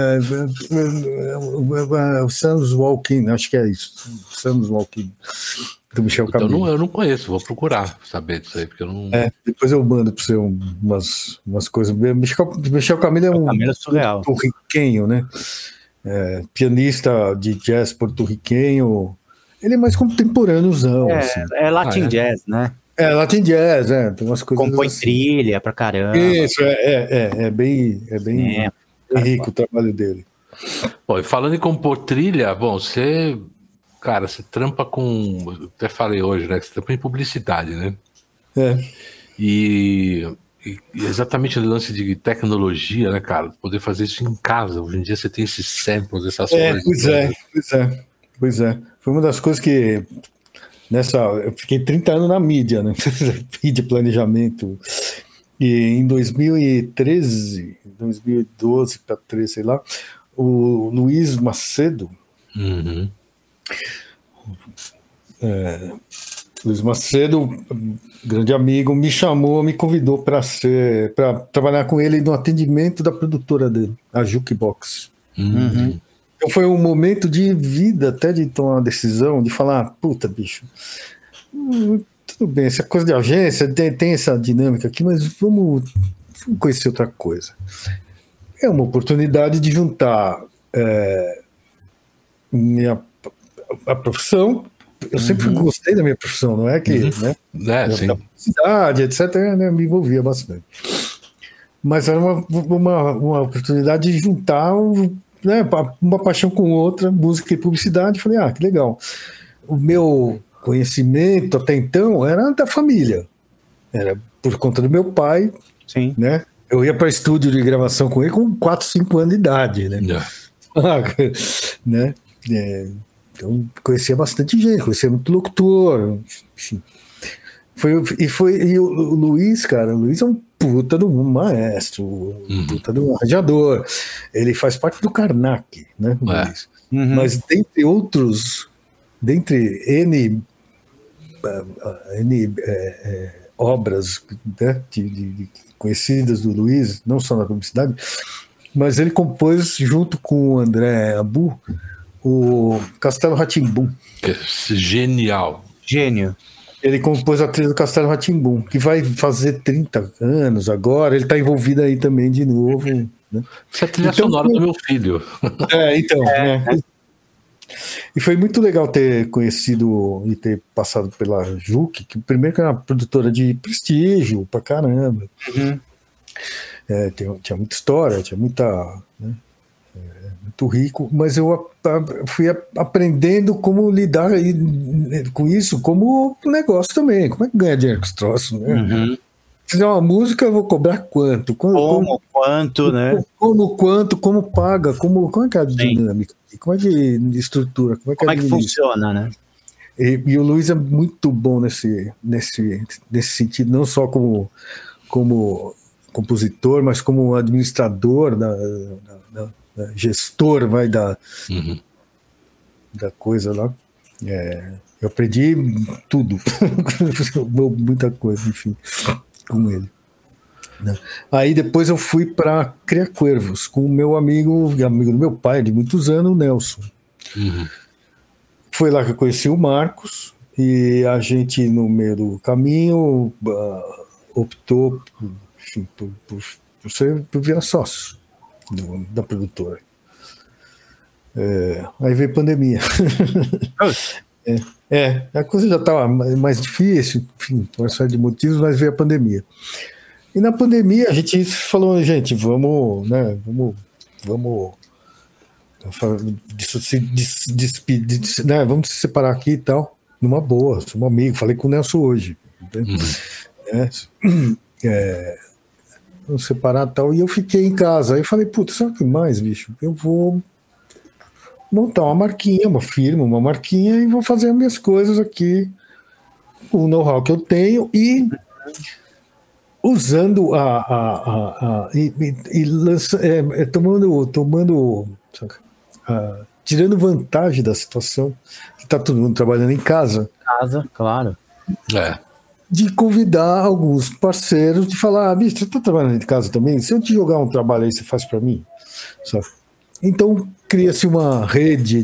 Sam's Walking, acho que é isso. Sam's Walking. Do Michel Camilo. Eu não conheço, vou procurar saber disso aí, porque eu não. Depois eu mando pra você umas coisas. Michel Camilo é Camilo é surreal. Porto-riquenho, né? Pianista de jazz porto-riquenho. Ele é mais contemporâneozão. Assim. É Latin Jazz, né? Latin Jazz, tem umas coisas. Compõe assim. Trilha pra caramba. Isso, é bem rico o trabalho dele. Bom, e falando em compor trilha, você trampa com. Eu até falei hoje, né? Que você trampa em publicidade, né? E exatamente no lance de tecnologia, né, cara? Poder fazer isso em casa. Hoje em dia você tem esses samples, essas coisas. Pois é. Foi uma das coisas que. Eu fiquei 30 anos na mídia, né? Mídia, planejamento. E em 2012 para 2013, sei lá, o Luiz Macedo. Luiz Macedo, grande amigo, me convidou para trabalhar com ele no atendimento da produtora dele, a Jukebox. Então foi um momento de vida, até de tomar uma decisão, de falar, puta, bicho, tudo bem, essa coisa de agência tem essa dinâmica aqui, mas vamos conhecer outra coisa. É uma oportunidade de juntar a profissão. Eu sempre gostei da minha profissão, não é que, né? Da publicidade, etc., né, me envolvia bastante. Mas era uma oportunidade de juntar né, uma paixão com outra, música e publicidade. Falei, que legal. O meu conhecimento até então era da família. Era por conta do meu pai. Sim. Né? Eu ia para estúdio de gravação com ele com 4, 5 anos de idade, né? Né? Então conhecia bastante gente, conhecia muito locutor, enfim. E o Luiz, cara, o Luiz é um puta de um maestro, puta de um arranjador. Ele faz parte do Karnak, né? Luiz. Mas dentre N obras, né, conhecidas do Luiz, não só na publicidade, mas ele compôs junto com o André Abu o Castelo Rá-Tim-Bum. Genial. Gênio. Ele compôs a trilha do Castelo Rá-Tim-Bum, que vai fazer 30 anos agora. Ele está envolvido aí também de novo. Né? Essa é a trilha sonora do meu filho. Né? E foi muito legal ter conhecido e ter passado pela Juque, que primeiro que era uma produtora de prestígio pra caramba. Tinha muita história, tinha muita... Né, muito rico, mas eu fui aprendendo como lidar com isso como negócio também. Como é que ganha dinheiro com os troços, né? Se fizer uma música, eu vou cobrar quanto? Quanto, né? Como paga? Como é que é a dinâmica? Como é que estrutura? Como é que funciona, né? E o Luiz é muito bom nesse sentido, não só como compositor, mas como administrador, gestor da coisa lá. Eu aprendi tudo, muita coisa, enfim, com ele. Né? Aí depois eu fui para Criacuervos com o meu amigo do meu pai de muitos anos, o Nelson. Foi lá que eu conheci o Marcos e a gente, no meio do caminho, optou por virar sócio da produtora. Aí veio a pandemia. A coisa já estava mais difícil, enfim, por uma série de motivos, mas veio a pandemia. E na pandemia a gente falou, gente, vamos se despedir, né? Vamos se separar aqui e tal, numa boa, somos amigos. Falei com o Nelson hoje. Vamos separar e tal. E eu fiquei em casa. Aí eu falei, putz, sabe o que mais, bicho? Eu vou montar uma marquinha, uma firma, uma marquinha e vou fazer as minhas coisas aqui, com o know-how que eu tenho e usando tirando vantagem da situação, que está todo mundo trabalhando em casa. Claro. De convidar alguns parceiros, de falar, bicho, você está trabalhando em casa também? Se eu te jogar um trabalho aí, você faz para mim? Sabe? Então, cria-se uma rede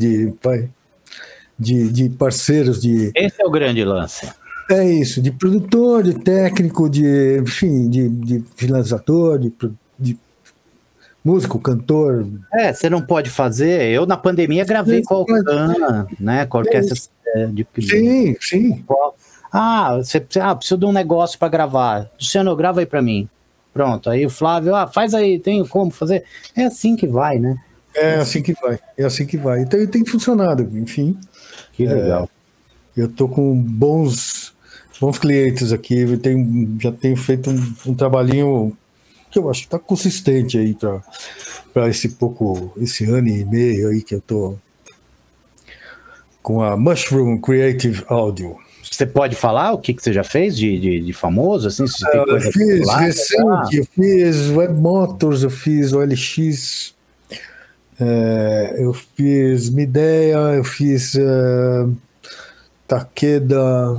de parceiros. Esse é o grande lance. É isso, de produtor, de técnico, enfim, de finalizador, de músico, cantor. Você não pode fazer. Eu, na pandemia, gravei com a Alcan, né? Com a orquestra. Sim. Preciso de um negócio para gravar. Luciano, grava aí para mim. Pronto. Aí o Flávio, faz aí, tenho como fazer. É assim que vai, né? É assim que vai. Então tem funcionado, enfim. Que legal. Eu tô com bons clientes aqui, já tenho feito um trabalhinho que eu acho que está consistente aí para esse ano e meio aí que eu tô com a Mushroom Creative Audio. Você pode falar o que você já fez de famoso? Assim, se tem coisa eu fiz recente, eu fiz Web Motors, eu fiz OLX, eu fiz Mideia, eu fiz Takeda,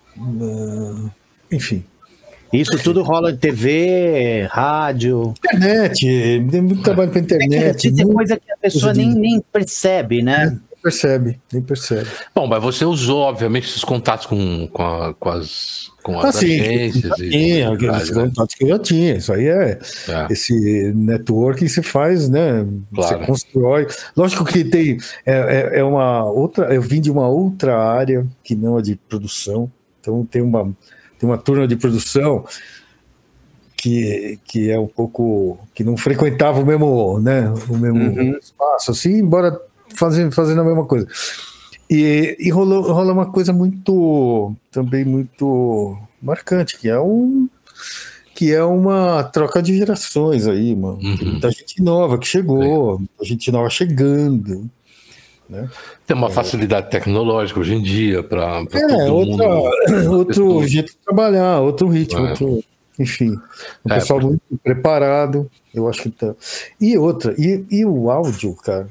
enfim. Isso tudo rola de TV, rádio... Internet, tem muito trabalho para internet. Tem coisa que a pessoa nem percebe, né? Nem percebe. Bom, mas você usou, obviamente, esses contatos com as agências. Aqueles contatos que eu já tinha. Isso aí esse network que se faz, né? Claro. Você constrói. Lógico que tem. É uma outra. Eu vim de uma outra área que não é de produção. Então tem uma turma de produção que é um pouco, que não frequentava o mesmo, né, espaço, assim, embora fazendo a mesma coisa. E rola uma coisa também muito marcante, que é uma troca de gerações aí, mano. Tem muita gente nova que chegou, muita gente nova chegando, né? Tem uma facilidade tecnológica hoje em dia para outro jeito de trabalhar, outro ritmo, enfim, um pessoal muito preparado, eu acho que tá. E o áudio, cara,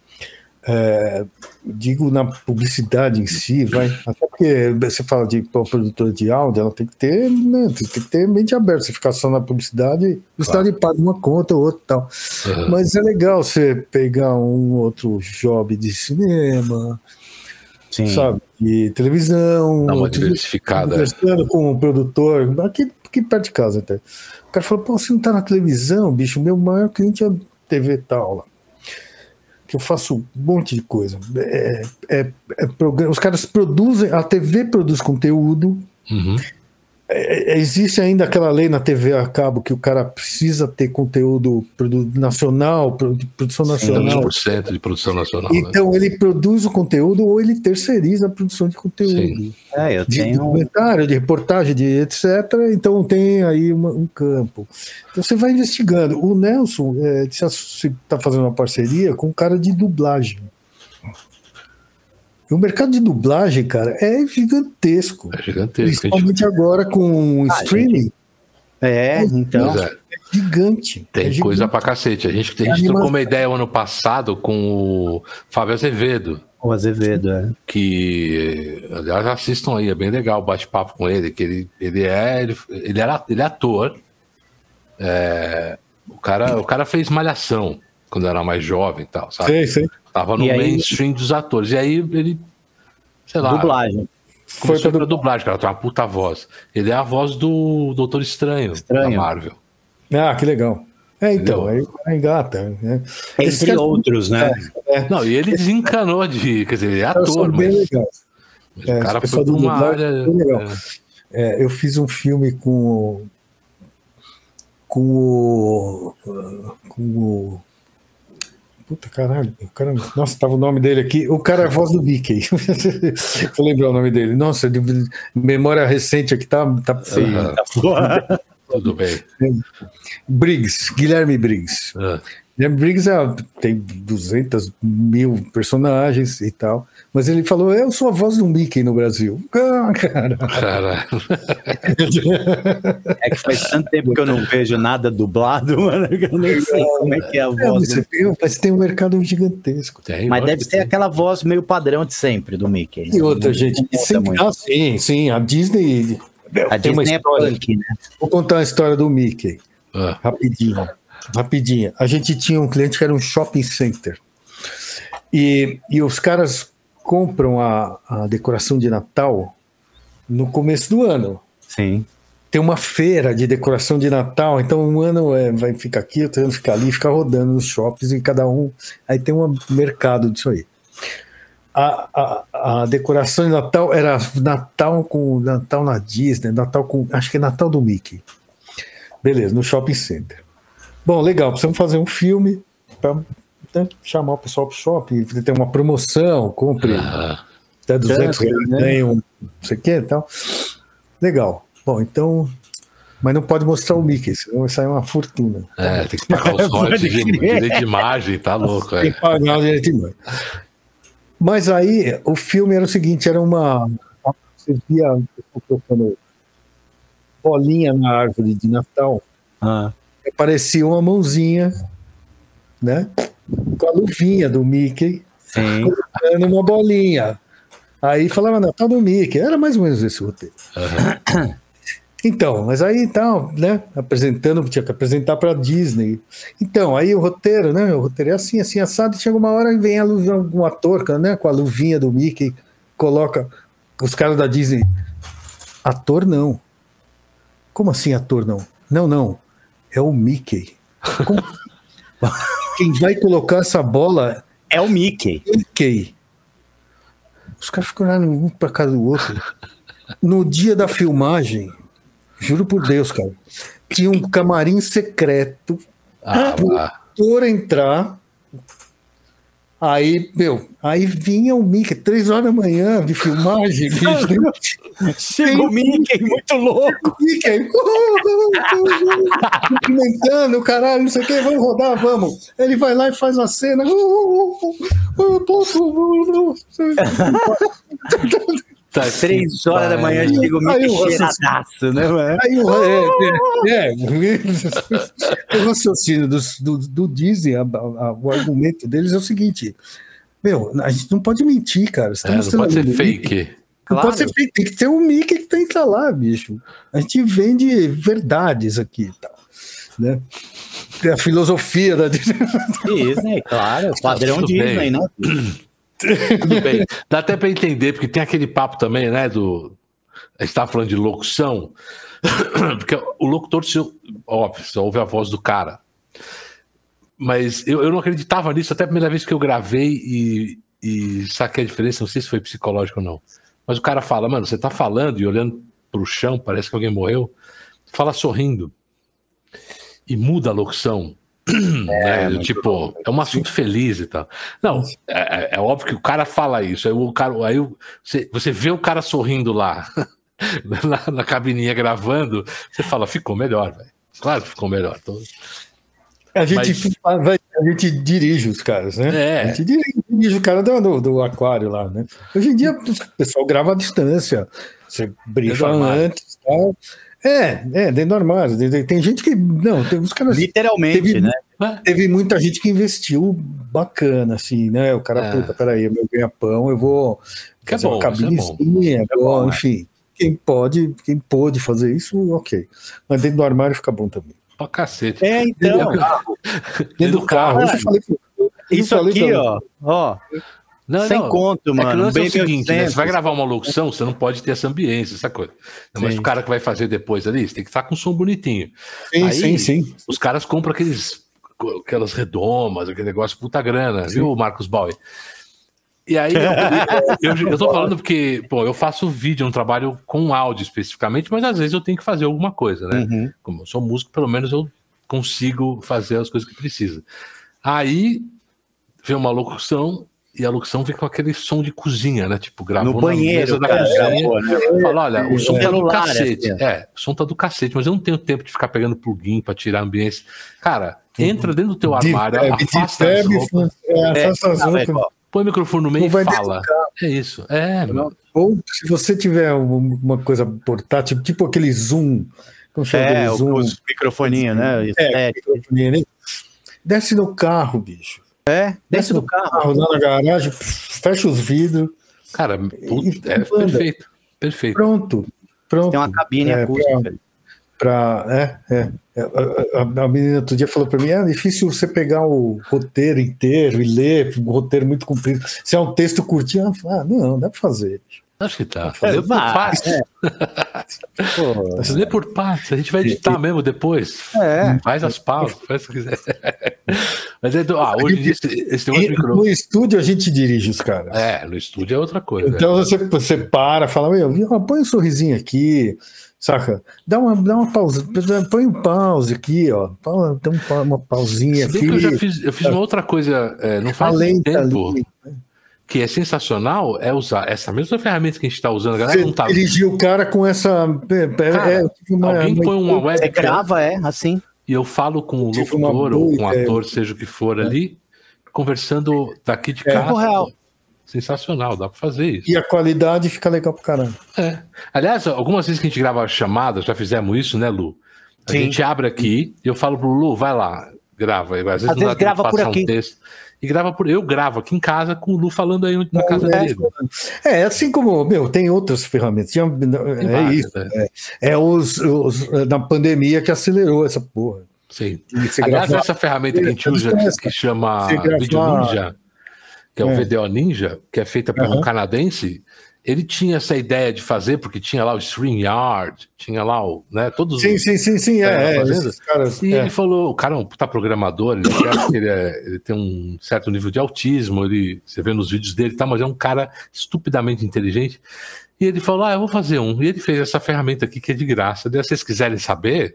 digo na publicidade em si, até porque você fala de produtora de áudio, ela tem que ter, né, tem que ter mente aberta. Se ficar só na publicidade paga uma conta ou outra e tal. Mas é legal você pegar um outro job de cinema, sabe, de televisão, dá uma diversificada, conversando com o produtor aqui perto de casa até. O cara falou: pô, você não tá na televisão, bicho, meu maior cliente é a TV tal lá, que eu faço um monte de coisa. Os caras produzem, a TV produz conteúdo. Existe ainda aquela lei na TV a cabo que o cara precisa ter conteúdo nacional, produção nacional. 20% de produção nacional. Então, né? Ele produz o conteúdo ou ele terceiriza a produção de conteúdo. Sim. Eu tenho... De documentário, de reportagem, de etc. Então, tem aí um campo. Então, você vai investigando. O Nelson está fazendo uma parceria com um cara de dublagem. O mercado de dublagem, cara, é gigantesco. Principalmente agora com o streaming. Então. É gigante. Tem coisa pra cacete. A gente trocou uma ideia ano passado com o Fábio Azevedo. O Azevedo, Que, aliás, assistam aí, é bem legal o bate-papo com ele, que ele é ator. O cara fez Malhação quando era mais jovem e tal, sabe? Sim. Tava no mainstream dos atores. E aí ele, sei lá... Dublagem. Foi pra dublagem, cara. Tem uma puta voz. Ele é a voz do Doutor Estranho. Da Marvel. Ah, que legal. Então, aí o cara engata. Né? Entre outros, né? Não, e ele desencanou quer dizer, ele é ator, bem legal. Mas o cara foi pra uma área... legal. Eu fiz um filme com o puta caralho, nossa, tava o nome dele aqui. O cara é a voz do Mickey. Vou lembrar o nome dele. Nossa, de memória recente aqui tá feio. Tudo bem. Guilherme Briggs. Guilherme Briggs tem 200 mil personagens e tal, mas ele falou: eu sou a voz do Mickey no Brasil. Caralho. É que faz tanto tempo que eu não vejo nada dublado, mano, que eu nem sei como é que é a voz. Mas tem um mercado gigantesco. Mas deve ser aquela voz meio padrão de sempre do Mickey. E outra, gente. Sim, a Disney. A Disney é punk, né? Vou contar a história do Mickey. Rapidinho. A gente tinha um cliente que era um shopping center. E os caras compram a decoração de Natal no começo do ano. Sim. Tem uma feira de decoração de Natal, então um ano vai ficar aqui, outro ano fica ali, fica rodando nos shoppings, e cada um... Aí tem um mercado disso aí. A decoração de Natal era Natal na Disney, acho que é Natal do Mickey. Beleza, no shopping center. Bom, legal, precisamos fazer um filme para chamar o pessoal pro shopping, ter uma promoção, compre até 200 reais, ganha não sei o que e tal. Legal. Bom, então... Mas não pode mostrar o Mickey, senão vai sair uma fortuna. Tem que pagar os royalties de direito de imagem, tá louco. Tem que pagar o direito de imagem. Mas aí, o filme era o seguinte, era você via a pessoa colocando bolinha na árvore de Natal, aparecia uma mãozinha, né, com a luvinha do Mickey, colocando uma bolinha. Aí falava Natal do Mickey, era mais ou menos esse roteiro. Então, mas aí tal, né, tinha que apresentar para Disney. Então, aí o roteiro, né, é assim, assado, e chega uma hora e vem um ator, né, com a luvinha do Mickey, coloca os caras da Disney. Ator não. Como assim ator não? Não, é o Mickey. Quem vai colocar essa bola é o Mickey. Os caras ficam olhando um para casa do outro. No dia da filmagem, juro por Deus, cara, tinha um camarim secreto pro ator entrar. Aí, aí vinha o Mickey, 3 horas da manhã de filmagem, bicho. Chega o Mickey, muito louco. Mickey, cumprimentando, caralho, não sei o que, vamos rodar, vamos. Ele vai lá e faz a cena. Tá, 3 horas da manhã chega o Mickey cheiradaço, né, mano? Aí o raciocínio do Disney, o argumento deles é o seguinte: a gente não pode mentir, cara. Não pode ser fake. Não pode ser fake, tem que ter o Mickey que tem que estar lá, bicho. A gente vende verdades aqui e tal, né? A filosofia da Disney, claro, padrão Disney, né? Tudo bem, dá até para entender, porque tem aquele papo também, né, a gente estava falando de locução, porque o locutor, óbvio, você ouve a voz do cara, mas eu não acreditava nisso, até a primeira vez que eu gravei e saquei a diferença, não sei se foi psicológico ou não, mas o cara fala, mano, você tá falando e olhando pro chão, parece que alguém morreu, fala sorrindo, e muda a locução. Tipo, é um assunto feliz e tal. Não, é óbvio que o cara fala isso. Aí você vê o cara sorrindo lá na cabininha gravando, você fala, ficou melhor, velho. Claro que ficou melhor. A gente dirige os caras, né? A gente dirige o cara do aquário lá, né? Hoje em dia o pessoal grava à distância, você brifa antes e tal. Dentro do armário. Tem gente que. Não, tem uns caras. Literalmente, né? Teve muita gente que investiu bacana, assim, né? O cara, puta, peraí, meu ganha-pão, eu vou fazer uma cabinezinha, enfim. Quem pôde fazer isso, ok. Mas dentro do armário fica bom também. Pra cacete. Então. Dentro do carro. Isso aqui, ó. Sem conto, mano. É o seguinte, né? Você vai gravar uma locução, você não pode ter essa ambiência, essa coisa. Mas o cara que vai fazer depois ali, você tem que estar com um som bonitinho. Sim. Os caras compram aquelas redomas, aquele negócio puta grana, viu, Marcos Bauer? E aí, eu tô falando porque, eu faço vídeo, eu não trabalho com áudio especificamente, mas às vezes eu tenho que fazer alguma coisa, né? Como eu sou músico, pelo menos eu consigo fazer as coisas que precisa. Aí, vem uma locução, e a locução vem com aquele som de cozinha, né? Tipo, gravou no banheiro, na mesa da cozinha. Fala, olha, o som tá do celular, cacete. Assim. O som tá do cacete, mas eu não tenho tempo de ficar pegando plugin pra tirar a ambiência. Cara, entra dentro do teu armário, afasta as roupas, põe o microfone no meio e fala. É isso. Ou se você tiver uma coisa portátil, tipo aquele Zoom. Zoom, os microfoninhos, né? Microfoninho, desce no carro, bicho. Desce do carro. Lá na garagem, fecha os vidros. Cara, perfeito. Perfeito. Pronto. Tem uma cabine acústica. A menina outro dia falou para mim: é difícil você pegar o roteiro inteiro e ler o roteiro muito comprido. Se é um texto curtinho, não, dá para fazer. Acho que tá. Fazer por partes. Fazer por partes. A gente vai editar mesmo depois. Faz as pausas, faz o que quiser. Mas hoje em dia, esse no estúdio a gente dirige os caras. No estúdio é outra coisa. Então você para, fala, põe um sorrisinho aqui, saca? Dá uma pausa, põe um pause aqui, ó. Dá uma pausinha aqui. Eu fiz uma outra coisa, não faz muito tempo. Que é sensacional é usar essa mesma ferramenta que a gente está usando. A galera não tá... dirigir o cara com essa. Alguém põe uma webcam. Você grava, assim. E eu falo com o locutor ou com o ator, seja o que for ali, conversando daqui de casa. Real. Sensacional, dá para fazer isso. E a qualidade fica legal pro caramba. Aliás, algumas vezes que a gente grava chamada, já fizemos isso, né, Lu? A gente abre aqui e eu falo pro Lu, vai lá, grava. Às vezes não dá tempo de passar um texto. E eu gravo aqui em casa com o Lu falando aí na casa dele. Assim como, tem outras ferramentas. Na pandemia que acelerou essa porra. Sim. Aliás, essa ferramenta que a gente usa, que chama Video Ninja, que é o VDO Ninja, que é feita por um canadense, ele tinha essa ideia de fazer, porque tinha lá o StreamYard, tinha lá todos Sim. E ele falou, o cara é um puta programador, ele tem um certo nível de autismo, você vê nos vídeos dele, mas é um cara estupidamente inteligente. E ele falou, eu vou fazer um. E ele fez essa ferramenta aqui que é de graça. Se vocês quiserem saber,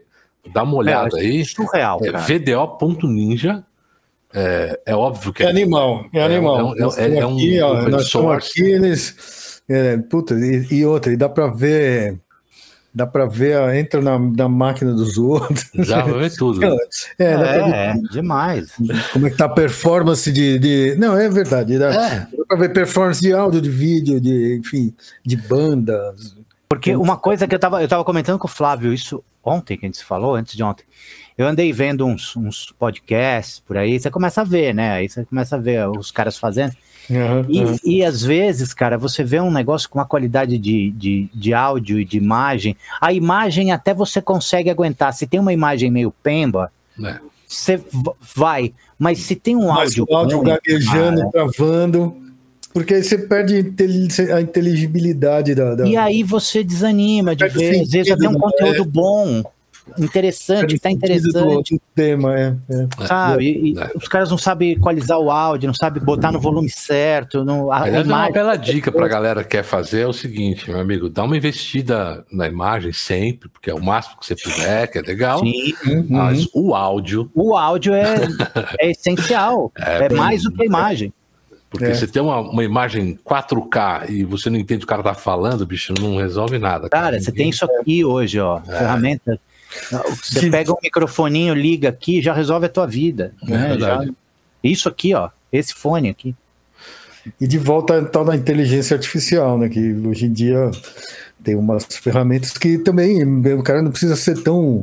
Dá uma olhada aí. Surreal, cara. VDO.ninja. É óbvio que é animal. É animal. É um open source. Aqui, eles, e outra, e dá para ver. Entra na máquina dos outros. Já vai ver tudo. Demais. Como é que tá a performance de... Não, é verdade. Dá para ver performance de áudio, de vídeo, enfim, de banda. Porque uma coisa que eu tava comentando com o Flávio, isso ontem que a gente se falou, antes de ontem. Eu andei vendo uns podcasts por aí, você começa a ver, né? Aí você começa a ver os caras fazendo. E às vezes, cara, você vê um negócio com uma qualidade de áudio e de imagem. A imagem até você consegue aguentar. Se tem uma imagem meio pemba, você vai. Mas se tem um áudio... o áudio gaguejando, travando... Porque aí você perde a inteligibilidade da... E aí você desanima de ver. Às vezes até um conteúdo bom... interessante, tá interessante. Do tema, sabe? Os caras não sabem equalizar o áudio, não sabem botar no volume certo. Uma bela dica pra galera que quer fazer é o seguinte, meu amigo, dá uma investida na imagem sempre, porque é o máximo que você puder, que é legal. Sim. Mas o áudio... O áudio é essencial. É mais do que a imagem. Porque você tem uma imagem 4K e você não entende o que o cara tá falando, bicho, não resolve nada. Cara, você tem isso aqui hoje, ó, ferramenta. Você pega um microfoninho, liga aqui, já resolve a tua vida. Né? Isso aqui, ó, esse fone aqui. E de volta tal da inteligência artificial, né? Que hoje em dia tem umas ferramentas que também o cara não precisa ser tão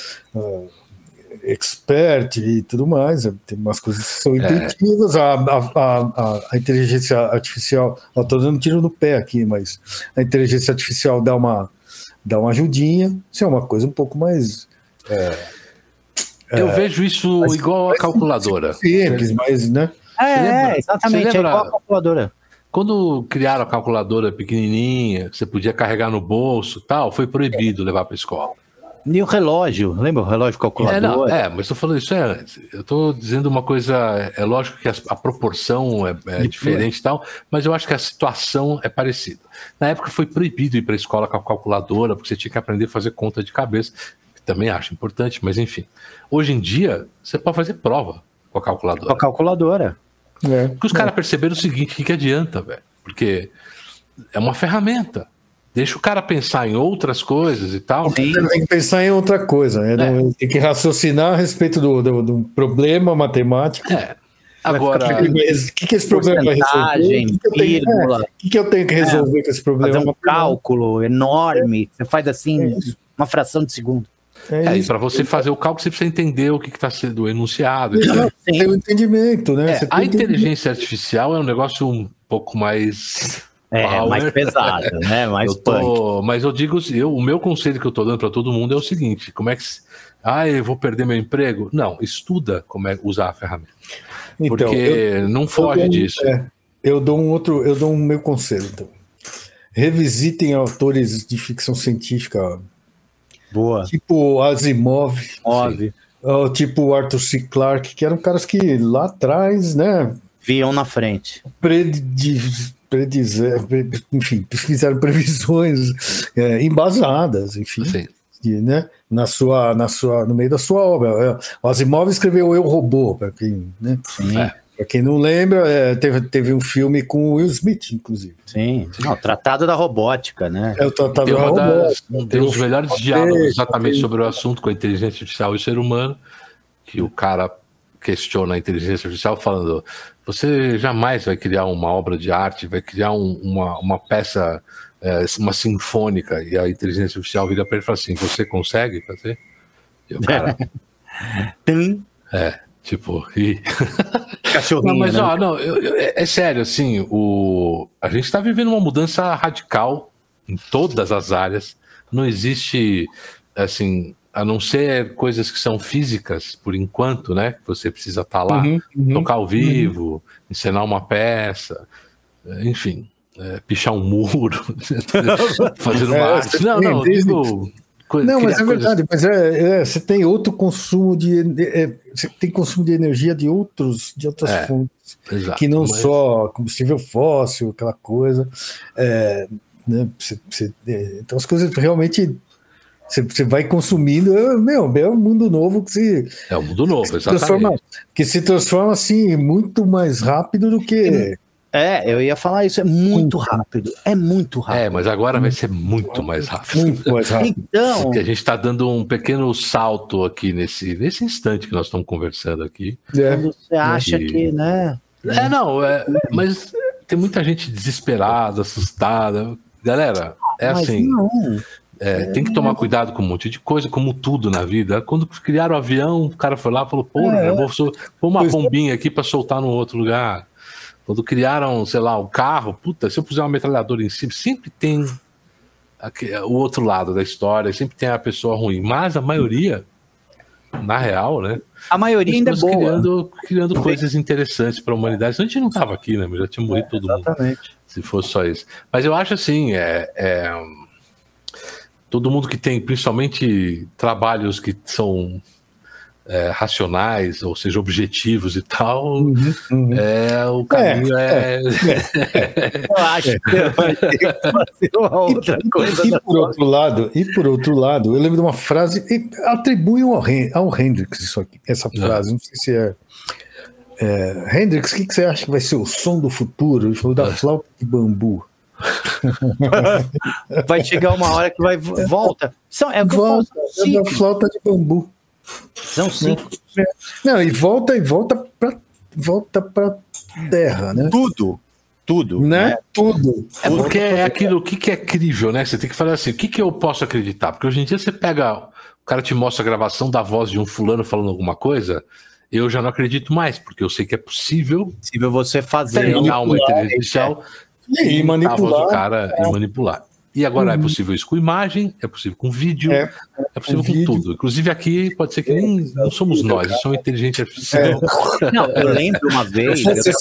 expert e tudo mais. Tem umas coisas que são intuitivas. A inteligência artificial, estou dando um tiro no pé aqui, mas a inteligência artificial dá uma ajudinha. Isso é uma coisa um pouco mais... eu vejo isso igual a calculadora. Simples, mas, né? Exatamente, é igual a calculadora. Quando criaram a calculadora pequenininha, que você podia carregar no bolso e tal, foi proibido levar para a escola. E o relógio, lembra o relógio calculador? Mas estou falando isso antes. Eu estou dizendo uma coisa, é lógico que a proporção é diferente e tal, mas eu acho que a situação é parecida. Na época foi proibido ir para a escola com a calculadora, porque você tinha que aprender a fazer conta de cabeça, que também acho importante, mas enfim. Hoje em dia, você pode fazer prova com a calculadora. Com a calculadora. Porque os caras perceberam o seguinte, que adianta, velho? Porque é uma ferramenta. Deixa o cara pensar em outras coisas e tal. Tem que pensar em outra coisa, né? Tem que raciocinar a respeito do problema matemático. Agora, o que esse problema vai resolver? O que eu tenho que resolver com esse problema? Fazer um cálculo enorme. Você faz assim, uma fração de segundo. E para você fazer o cálculo, você precisa entender o que está sendo enunciado. Tem um entendimento, né? A inteligência artificial é um negócio um pouco mais... mais pesado, né? Mais punk. Mas eu digo, o meu conselho que eu estou dando para todo mundo é o seguinte: como é que... eu vou perder meu emprego? Não, estuda como é usar a ferramenta. Então, porque não foge disso. Eu dou um meu conselho, então. Revisitem autores de ficção científica. Boa. Tipo Asimov. Tipo Arthur C. Clarke, que eram caras que lá atrás, né? Viam na frente. Enfim, fizeram previsões embasadas, enfim, né, no meio da sua obra. O Asimov escreveu Eu, Robô, para quem, né? Para quem não lembra, teve um filme com o Will Smith, inclusive. Sim. O Tratado da Robótica, né? O Tratado da Robótica. Tem os melhores diálogos exatamente sobre o assunto com a inteligência artificial e o ser humano, que o cara questiona a inteligência artificial falando: você jamais vai criar uma obra de arte, vai criar uma peça, uma sinfônica, e a inteligência artificial vira para ele e fala assim: você consegue fazer? E o cara... Cachorrinho, não, mas né? É sério, assim, a gente está vivendo uma mudança radical em todas as áreas. Não existe, assim, a não ser coisas que são físicas, por enquanto, né? Que você precisa estar lá, tocar ao vivo, encenar uma peça, enfim, pichar um muro, fazer uma arte. Não, digo... Não, mas é verdade, mas você tem outro consumo você tem consumo de energia de outras fontes, que não só combustível fóssil, aquela coisa, né, então as coisas realmente Você vai consumindo, é um mundo novo que se... É um mundo novo, exatamente. Que se transforma, assim, muito mais rápido do que... Eu ia falar isso, é muito rápido. É muito rápido. Mas agora vai ser muito mais rápido. Muito mais rápido. Então... Porque a gente está dando um pequeno salto aqui nesse instante que nós estamos conversando aqui. Quando você acha que, né? Mas tem muita gente desesperada, assustada. Galera, assim... tem que tomar cuidado com um monte de coisa, como tudo na vida. Quando criaram o avião, o cara foi lá e falou, eu vou pôr uma bombinha aqui para soltar no outro lugar. Quando criaram, sei lá, o carro, se eu puser uma metralhadora em cima, sempre tem o outro lado da história, sempre tem a pessoa ruim. Mas a maioria, na real, né? A maioria ainda é boa. Criando coisas interessantes para a humanidade. Senão a gente não estava aqui, né? Já tinha morrido todo mundo. Se fosse só isso. Mas eu acho assim, todo mundo que tem, principalmente, trabalhos que são racionais, ou seja, objetivos e tal, o caminho Eu acho que vai ter que fazer uma outra coisa. E por outro lado, eu lembro de uma frase, atribuem ao Hendrix essa frase, não sei se Hendrix, o que você acha que vai ser o som do futuro? Ele falou da flauta de bambu. Vai chegar uma hora que volta. Da flauta de bambu. São 5. Não, e volta para terra, né? Tudo, né? Tudo. Porque é aquilo, o que é crível, né? Você tem que falar assim, o que eu posso acreditar? Porque hoje em dia você pega, o cara te mostra a gravação da voz de um fulano falando alguma coisa, eu já não acredito mais, porque eu sei que é possível você fazer treinar uma inteligência artificial e manipular a voz do cara e manipular. E agora é possível isso com imagem, é possível com vídeo, é possível com tudo. Inclusive aqui pode ser que nem não somos nós, isso é uma inteligência artificial. Não, eu lembro uma vez.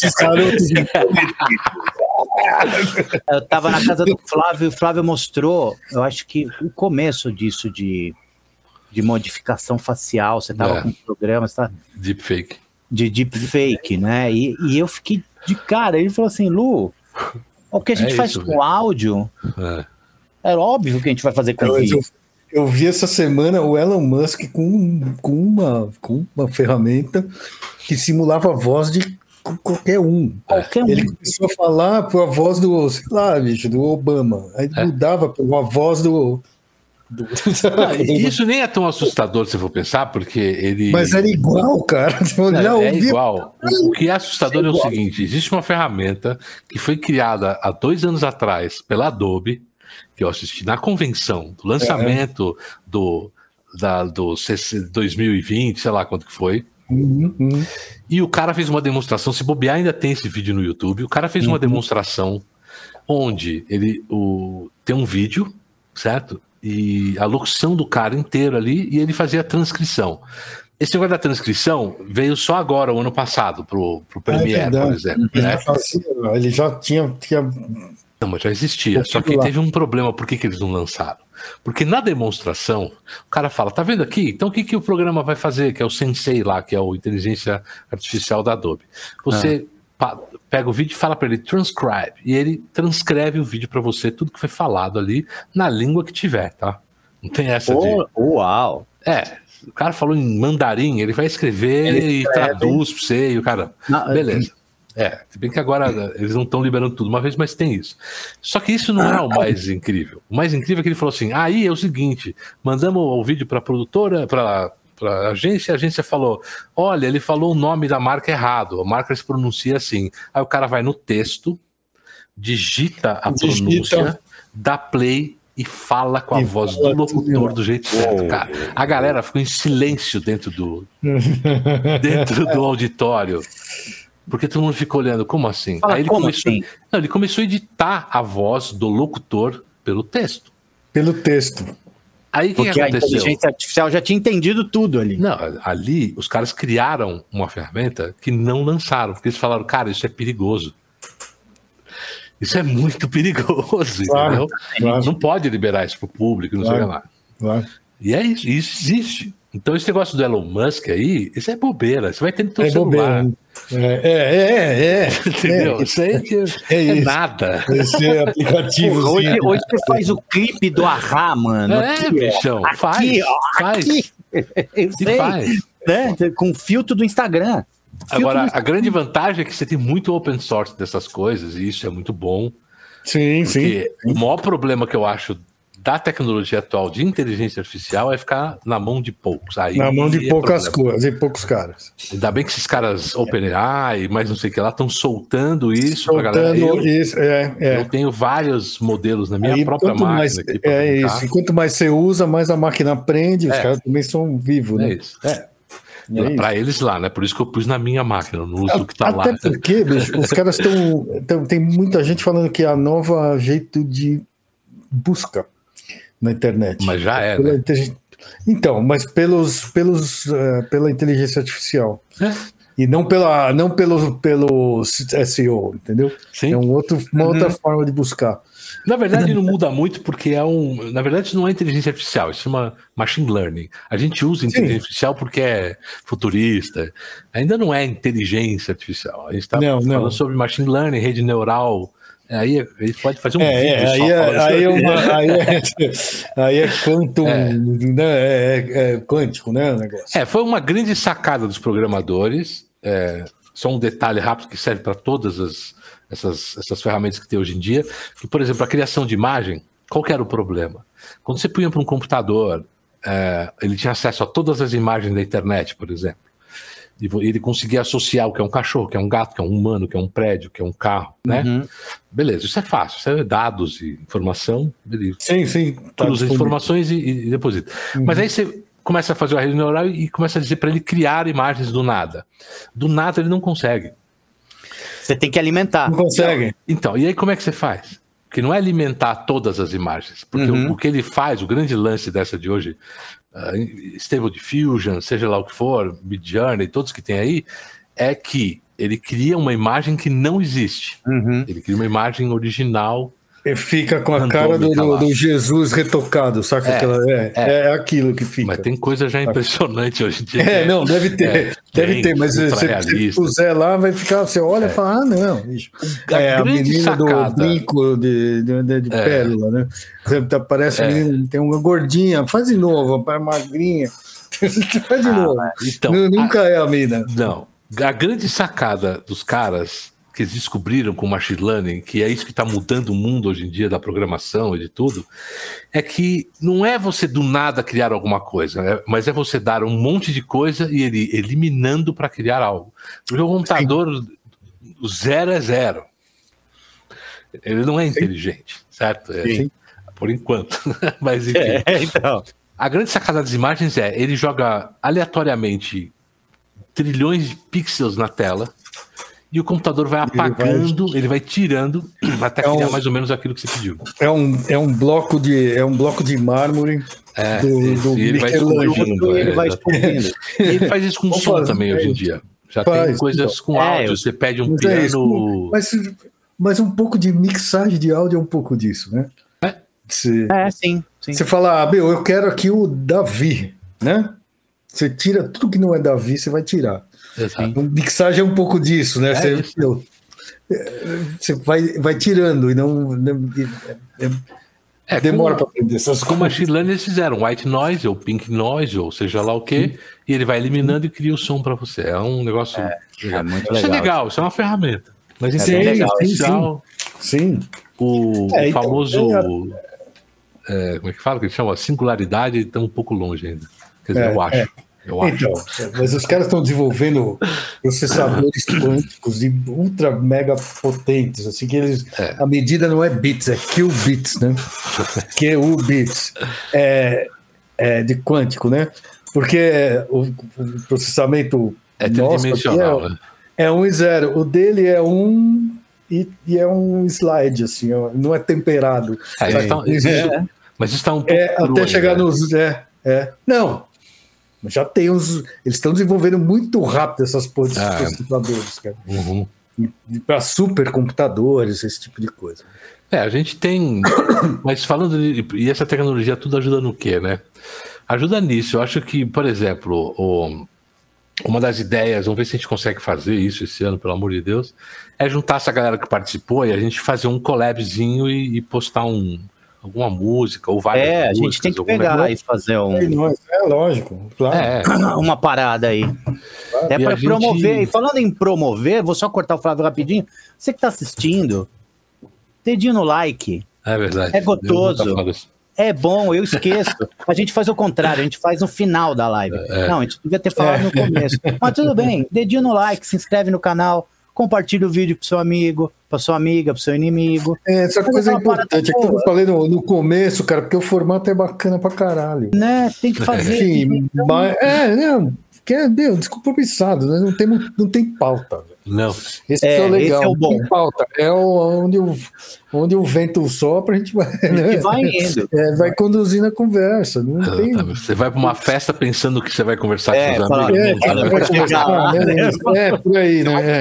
Eu estava na casa do Flávio, e o Flávio mostrou, eu acho que o começo disso de modificação facial, você estava com um programa, Deepfake. De deepfake, né? E eu fiquei de cara, ele falou assim, Lu, o que a gente faz com áudio, é óbvio que a gente vai fazer com vídeo. Eu vi essa semana o Elon Musk com uma ferramenta que simulava a voz de qualquer um. Ele começou a falar com a voz do, sei lá, bicho, do Obama. Aí mudava com a voz do... Isso nem é tão assustador se for pensar, porque ele... Mas era igual, cara. Igual. O que é assustador é o seguinte, existe uma ferramenta que foi criada há 2 anos atrás pela Adobe, que eu assisti na convenção, do lançamento do 2020, sei lá quanto que foi. E o cara fez uma demonstração, se bobear ainda tem esse vídeo no YouTube, o cara fez uma demonstração onde ele tem um vídeo, certo? E a locução do cara inteiro ali, e ele fazia a transcrição. Esse negócio da transcrição veio só agora, o ano passado, pro Premiere, por exemplo. Né? Ele já tinha... Não, mas já existia. Só que teve um problema. Por que eles não lançaram? Porque na demonstração, o cara fala, tá vendo aqui? Então o que o programa vai fazer? Que é o Sensei lá, que é a inteligência artificial da Adobe. Você pega o vídeo e fala para ele, transcribe. E ele transcreve o vídeo para você, tudo que foi falado ali, na língua que tiver, tá? Não tem essa de... Uau! O cara falou em mandarim, ele vai escrever e traduz para você, e o cara... beleza. Se bem que agora eles não estão liberando tudo uma vez, mas tem isso. Só que isso não é o mais incrível. O mais incrível é que ele falou assim, aí é o seguinte, mandamos o vídeo para a produtora, para a agência falou, olha, ele falou o nome da marca errado, a marca se pronuncia assim. Aí o cara vai no texto, digita a pronúncia, dá play e fala com a voz do locutor do jeito certo, cara. A galera ficou em silêncio dentro do auditório. Porque todo mundo ficou olhando, como assim? Aí ele começou, ele começou a editar a voz do locutor pelo texto. Aí o que aconteceu? A inteligência artificial já tinha entendido tudo ali. Não, ali os caras criaram uma ferramenta que não lançaram, porque eles falaram, cara, isso é perigoso. Isso é muito perigoso, entendeu? Claro. Não pode liberar isso pro público, não sei lá. Claro. E é isso existe. Então esse negócio do Elon Musk aí, isso é bobeira, você vai ter no teu celular. Entendeu? Isso aí é nada. Esse é aplicativo. Hoje você faz o clipe do Ahá, mano. Bichão. Faz. Eu sei. Faz. Né? Com filtro do Instagram. Agora, a grande vantagem é que você tem muito open source dessas coisas, e isso é muito bom. Sim. O maior problema que eu acho da tecnologia atual de inteligência artificial é ficar na mão de poucos. Aí na mão de poucas coisas e poucos caras. Ainda bem que esses caras OpenAI, mas não sei o que lá, estão soltando isso pra galera. Eu tenho vários modelos na minha própria máquina. Isso. E quanto mais você usa, mais a máquina aprende. Os caras também são vivos, né? Isso. Para eles lá, né? Por isso que eu pus na minha máquina, no uso que tá lá. Até porque, bicho, os caras estão. Tem muita gente falando que é a nova jeito de busca na internet. Mas já é, né? Então, mas pela inteligência artificial. E não pelo SEO, entendeu? Sim. É uma outra forma de buscar. Na verdade, não muda muito porque na verdade, isso não é inteligência artificial, isso chama machine learning. A gente usa inteligência artificial porque é futurista. Ainda não é inteligência artificial. A gente está falando sobre machine learning, rede neural. Aí a gente pode fazer um vídeo aí é quantum, é quântico, né, o negócio. Foi uma grande sacada dos programadores. Só um detalhe rápido que serve para todas essas ferramentas que tem hoje em dia. Que, por exemplo, a criação de imagem, qual que era o problema? Quando você punha para um computador, ele tinha acesso a todas as imagens da internet, por exemplo. E ele conseguia associar o que é um cachorro, o que é um gato, o que é um humano, o que é um prédio, o que é um carro, né? Beleza, isso é fácil, isso é dados e informação, beleza. Sim. Todas as informações e deposita. Mas aí você começa a fazer a rede neural e começa a dizer para ele criar imagens do nada. Do nada ele não consegue. Você tem que alimentar. Não consegue. Então, e aí como é que você faz? Porque não é alimentar todas as imagens, porque o que ele faz, o grande lance dessa de hoje, Stable Diffusion, seja lá o que for, Midjourney, todos que tem aí, é que ele cria uma imagem que não existe. Ele cria uma imagem original. E fica com a cara do Jesus retocado, saca? É aquilo que fica. Mas tem coisa já impressionante hoje em dia. Não, deve ter. Deve ter, mas se puser lá, vai ficar. Você olha e fala, não, bicho. A menina do brinco de pérola, né? Parece menina, tem uma gordinha, faz de novo, magrinha. Faz de novo. Então, nunca é a mina. Não. A grande sacada dos caras que eles descobriram com o machine learning, que é isso que está mudando o mundo hoje em dia da programação e de tudo, é que não é você do nada criar alguma coisa, mas é você dar um monte de coisa e ele eliminando para criar algo. Porque o computador, o 0 é 0. Ele não é inteligente, certo? Por enquanto. Mas enfim. Então. A grande sacada das imagens ele joga aleatoriamente trilhões de pixels na tela, e o computador vai apagando, ele vai tirando, até criar mais ou menos aquilo que você pediu. É um bloco de mármore do ele vai esculpindo. Ele faz isso com som também hoje em dia. Já tem coisas com áudio, você pede um piano... Mas um pouco de mixagem de áudio é um pouco disso, né? Sim. Você fala, eu quero aqui o Davi, né? Você tira tudo que não é Davi, você vai tirar. Exato. Mixagem é um pouco disso, né? Você vai tirando e não demora para aprender essas coisas. Com machine learning eles fizeram white noise ou pink noise ou seja lá o que, e ele vai eliminando e cria o som para você. É um negócio legal. Muito isso legal. É legal, isso é uma ferramenta. Mas sim. O famoso como é que fala? Que ele chama singularidade, está um pouco longe ainda. Quer dizer, eu acho. Então, mas os caras estão desenvolvendo processadores quânticos e ultra mega potentes, assim que eles, a medida não é bits, é qubits, né? QU-bits de quântico, né? Porque o processamento tridimensional, né? É 1 e 0. O dele é 1 e é um slide, assim, não é temperado. Mas isso está um pouco até chegar nos não. Já tem eles estão desenvolvendo muito rápido essas processadores, cara. Para supercomputadores, esse tipo de coisa. A gente tem. Mas falando e essa tecnologia tudo ajuda no quê, né? Ajuda nisso. Eu acho que, por exemplo, uma das ideias, vamos ver se a gente consegue fazer isso esse ano, pelo amor de Deus, é juntar essa galera que participou e a gente fazer um collabzinho e postar alguma música ou várias músicas. A gente tem que pegar e fazer lógico, claro. Uma parada aí. É para promover. E falando em promover, vou só cortar o Flávio rapidinho. Você que tá assistindo, dedinho no like. É verdade. É gostoso. É bom, eu esqueço. A gente faz o contrário, a gente faz no final da live. Não, a gente devia ter falado no começo. Mas tudo bem, dedinho no like, se inscreve no canal, compartilha o vídeo pro seu amigo, pra sua amiga, pro seu inimigo. Essa coisa é importante. Aqui eu falei no começo, cara, porque o formato é bacana pra caralho. Né? Tem que fazer. Sim, mas, descompromissado, né? Não tem pauta. Não. Esse é o legal. Esse é o bom. Não tem pauta. É onde o vento sopra, a gente vai. Né? Vai indo. Vai conduzindo a conversa. Não tem... Você vai para uma festa pensando que você vai conversar com os amigos. Por aí, né?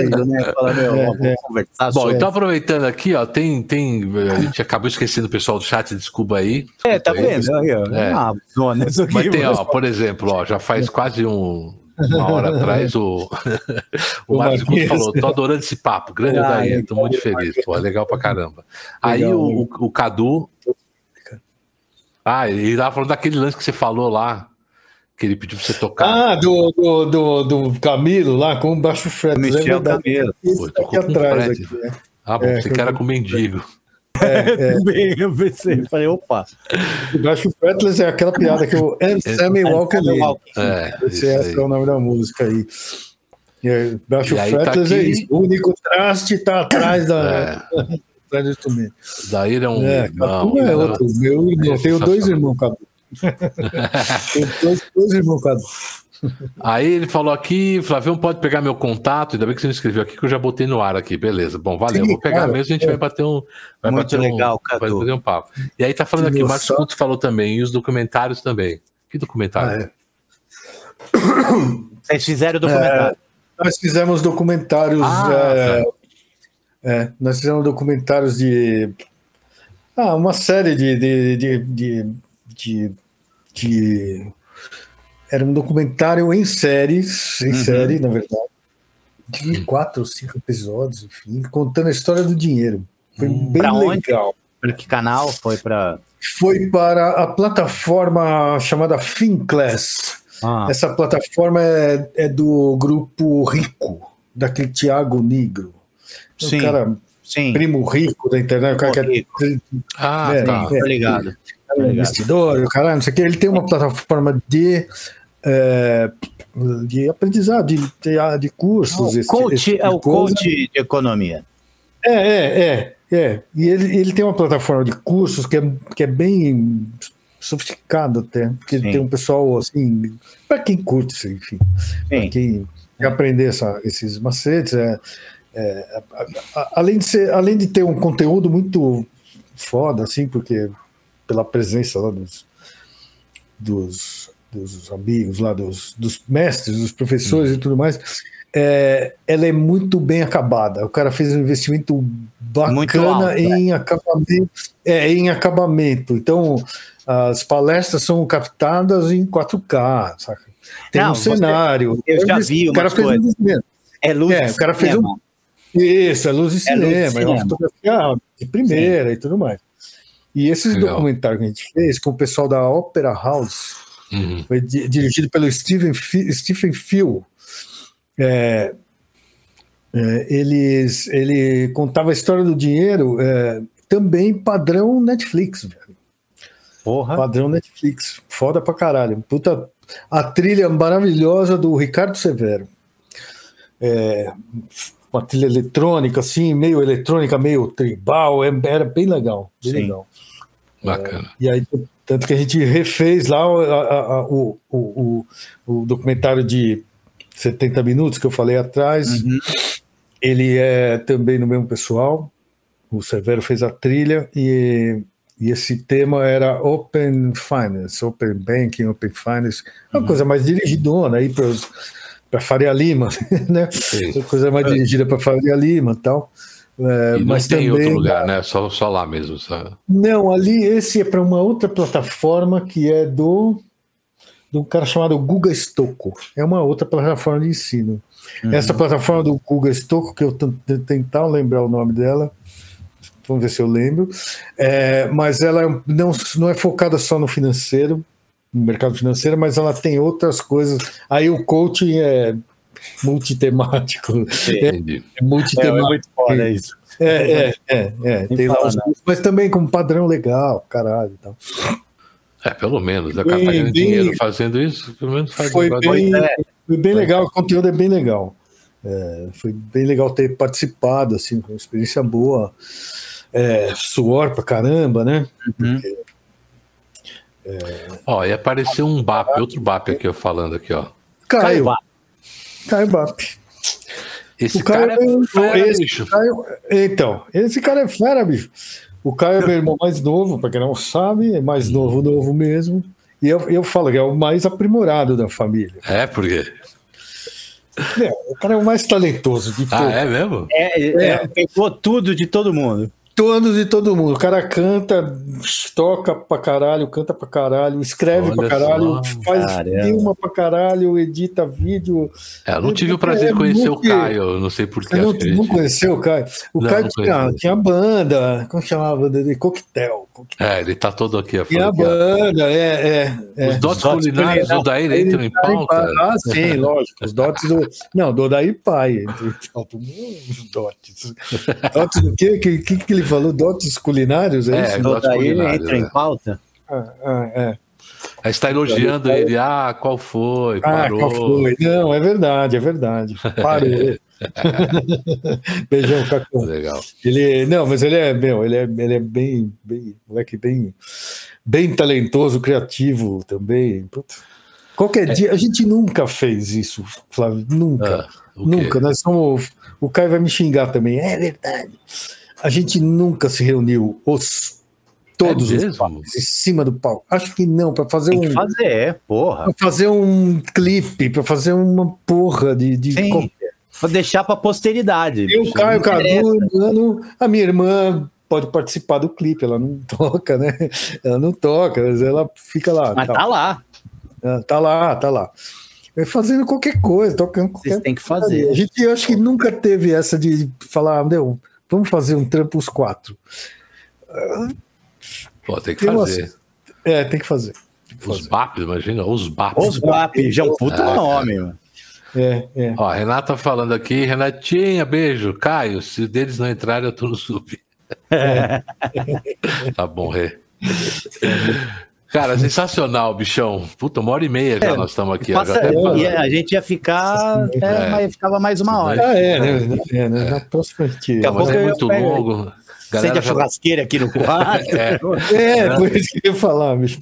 Bom, então aproveitando aqui, ó, tem. A gente acabou esquecendo o pessoal do chat, desculpa aí. Tá vendo? Mas tem, ó, por exemplo, ó, já faz quase uma hora atrás, o Marcos Guto falou: tô adorando esse papo, grande Odair, tô muito feliz, pô, legal pra caramba. Aí o Cadu. Ele tava falando daquele lance que você falou lá, que ele pediu pra você tocar. Do Camilo lá com o baixo fretless. Michel Camilo. Pô, tocou com fretless. Aqui, né? Você que era com mendigo. Eu pensei, falei, opa. O baixo fretless é aquela piada que o Sammy Walker esse é o nome da música aí. Baixo fretless é isso. O único traste tá atrás do instrumento. Daí é um outro. Meu irmão, tenho 2 irmãos, Cadu. Tenho dois irmãos, Cadu. Aí ele falou aqui: Flavião, pode pegar meu contato? Ainda bem que você não escreveu aqui, que eu já botei no ar aqui. Beleza, bom, valeu. Sim, vou pegar mesmo, a gente vai bater um. Muito legal, Cadu. Vai bater um papo. E aí tá falando aqui, o Marcos Guto falou também, e os documentários também. Que documentário? Vocês fizeram documentário? Nós fizemos documentários. Nós fizemos documentários de. Uma série de era um documentário em série, na verdade, de 4 ou 5 episódios, enfim, contando a história do dinheiro. Foi bem legal. Para que canal? Foi para a plataforma chamada Finclass. Essa plataforma é do grupo Rico, daquele Thiago Negro. Sim, cara, primo rico da internet, o cara que tá ligado. Investidor, o cara, não sei o que, ele tem uma plataforma de aprendizado, de cursos. O coach de economia. E ele tem uma plataforma de cursos que é bem sofisticado até, porque tem um pessoal assim, para quem curte isso, enfim, para quem quer aprender esses macetes, além de ter um conteúdo muito foda, assim, porque pela presença lá dos amigos lá, dos mestres, dos professores e tudo mais, ela é muito bem acabada. O cara fez um investimento bacana em acabamento. Então, as palestras são captadas em 4K, saca? Tem um cenário. Eu já vi umas coisas. É luz de o cara fez Isso, é luz de cinema. É uma fotografia de primeira e tudo mais. E esses documentários que a gente fez com o pessoal da Opera House, foi dirigido pelo Stephen Field. Ele contava a história do dinheiro também padrão Netflix, velho. Porra. Padrão Netflix. Foda pra caralho. Puta, a trilha maravilhosa do Ricardo Severo. Uma trilha eletrônica, assim, meio eletrônica, meio tribal. Era bem legal. Bem legal. Bacana. E aí, tanto que a gente refez lá o documentário de 70 minutos que eu falei atrás. Ele é também no mesmo pessoal. O Severo fez a trilha e esse tema era Open Finance, Open Banking, Open Finance. Uma coisa mais dirigidona aí para Faria Lima, né? Uma coisa mais dirigida para Faria Lima e tal. Mas tem também, outro lugar, né? Só lá mesmo. Sabe? Não, ali esse é para uma outra plataforma que é do de um cara chamado Guga Stocco. É uma outra plataforma de ensino. Essa plataforma do Guga Stocco, que eu tentar lembrar o nome dela, vamos ver se eu lembro, mas ela não é focada só no financeiro, no mercado financeiro, mas ela tem outras coisas. Aí o coaching é multitemático. É multitemático. É muito foda isso. Tem lá mas também com um padrão legal, caralho e tal. Pelo menos, o cara tá ganhando dinheiro fazendo isso, pelo menos faz foi bem legal, o conteúdo é bem legal. Foi bem legal ter participado, assim, foi uma experiência boa. Suor pra caramba, né? Porque, e apareceu um BAP, outro BAP aqui, falando aqui, ó. Caio BAP. Esse cara é fera, bicho. Então, esse cara é fera, bicho. O Caio é meu irmão mais novo, pra quem não sabe, é mais novo mesmo. E eu falo que é o mais aprimorado da família. Por quê? O cara é o mais talentoso de todos. É mesmo? Pegou tudo de todo mundo. Todos e todo mundo. O cara canta, toca pra caralho, canta pra caralho, escreve pra caralho, faz filma pra caralho, edita vídeo. Eu não tive o prazer de conhecer o Caio, não sei porquê. Você não conheceu o Caio? O Caio tinha banda, como chamava a banda dele? Coquetel. Ele tá todo aqui. Tinha a banda, Os dotes culinários do Odair entram em pauta? Sim, lógico. Os dotes do Odair Pai. Os dotes. Dotes do quê? Que ele falou? Dotes culinários? Dotes culinários. Entra em pauta? Aí está elogiando ele. Qual foi? Parou. Qual foi? Não, é verdade. Parou. Beijão, Cacão. Legal. Mas ele é bem, moleque bem talentoso, criativo também. Puta. Qualquer dia, a gente nunca fez isso, Flávio, nunca. Nós somos. O Caio vai me xingar também, é verdade. A gente nunca se reuniu, todos os palcos, em cima do palco. Acho que não, para fazer porra. Para fazer um clipe, para fazer uma porra de Vou deixar pra posteridade. Eu, Caio, Cadu, mano, a minha irmã pode participar do clipe, ela não toca, né? Ela não toca, mas ela fica lá. Mas tá lá. Tá lá. Fazendo qualquer coisa, tocando qualquer coisa. Vocês têm que fazer. A gente, acho que nunca teve essa de falar, vamos fazer um trampo os 4. Tem que fazer. Tem que fazer. Os BAPs, imagina, os BAPs. Os BAPs, já é um puto nome, mano. Ó, a Renata falando aqui, Renatinha, beijo. Caio, se deles não entrarem, eu tô no sub. Tá bom, Rê. Cara, sensacional, bichão. Puta, 1h30 já nós estamos aqui. A gente ia ficar, mas ficava mais uma hora. Na próxima aqui. Mas é muito longo. Acende a churrasqueira aqui no quarto. Por isso que eu ia falar, bicho.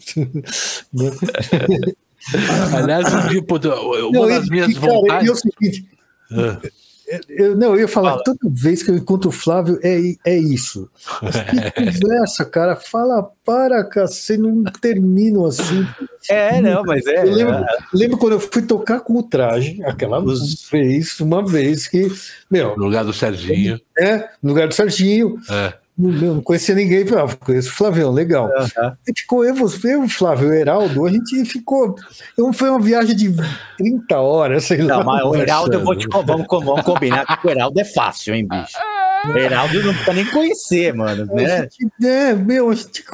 Aliás, uma das minhas vontades. É o seguinte, eu ia falar que toda vez que eu encontro o Flávio é isso. Que conversa, cara. Fala você não termina o assunto. Mas Eu lembro quando eu fui tocar com o Traje, uma vez que. No lugar do Serginho. No lugar do Serginho. Não conhecia ninguém, conheço o Flavião, legal. E ficou eu, Flávio, o Heraldo, a gente ficou. Foi uma viagem de 30 horas, sei lá. Não, mas o Heraldo, vamos combinar que o Heraldo é fácil, hein, bicho? O Heraldo não precisa nem conhecer, mano. Né? A gente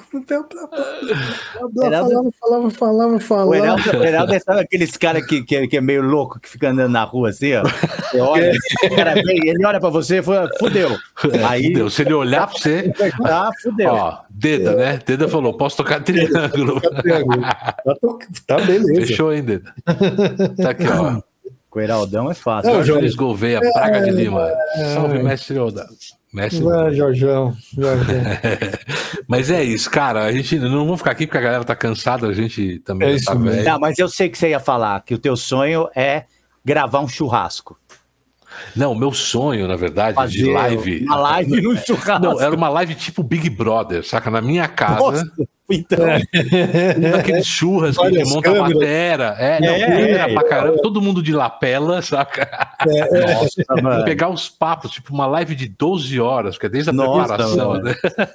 falava. O Heraldo é sabe aqueles caras que é meio louco, que fica andando na rua assim, ó. Você olha, o cara vem, ele olha pra você e fala, fudeu. Fudeu. Se ele olhar pra você. Fudeu. Ó, Deda, né? Deda falou: posso tocar triângulo. Tá beleza. Fechou, hein, Deda? Tá aqui, ó. Com o Heraldão é fácil. Jorge Luiz Gouveia, Praga de Lima. Salve, mestre Oda. Jorjão. Mas é isso, cara. A gente não vamos ficar aqui porque a galera tá cansada, a gente também tá velho. Não, mas eu sei que você ia falar que o teu sonho é gravar um churrasco. Não, meu sonho, na verdade, de live. Uma live no churrasco. Não, era uma live tipo Big Brother, saca? Na minha casa. Nossa, Então. Aqueles churras que a gente monta a batera. Câmera pra caramba. Todo mundo de lapela, saca? Nossa, mano. Pegar os papos, tipo uma live de 12 horas, que é desde a preparação, né?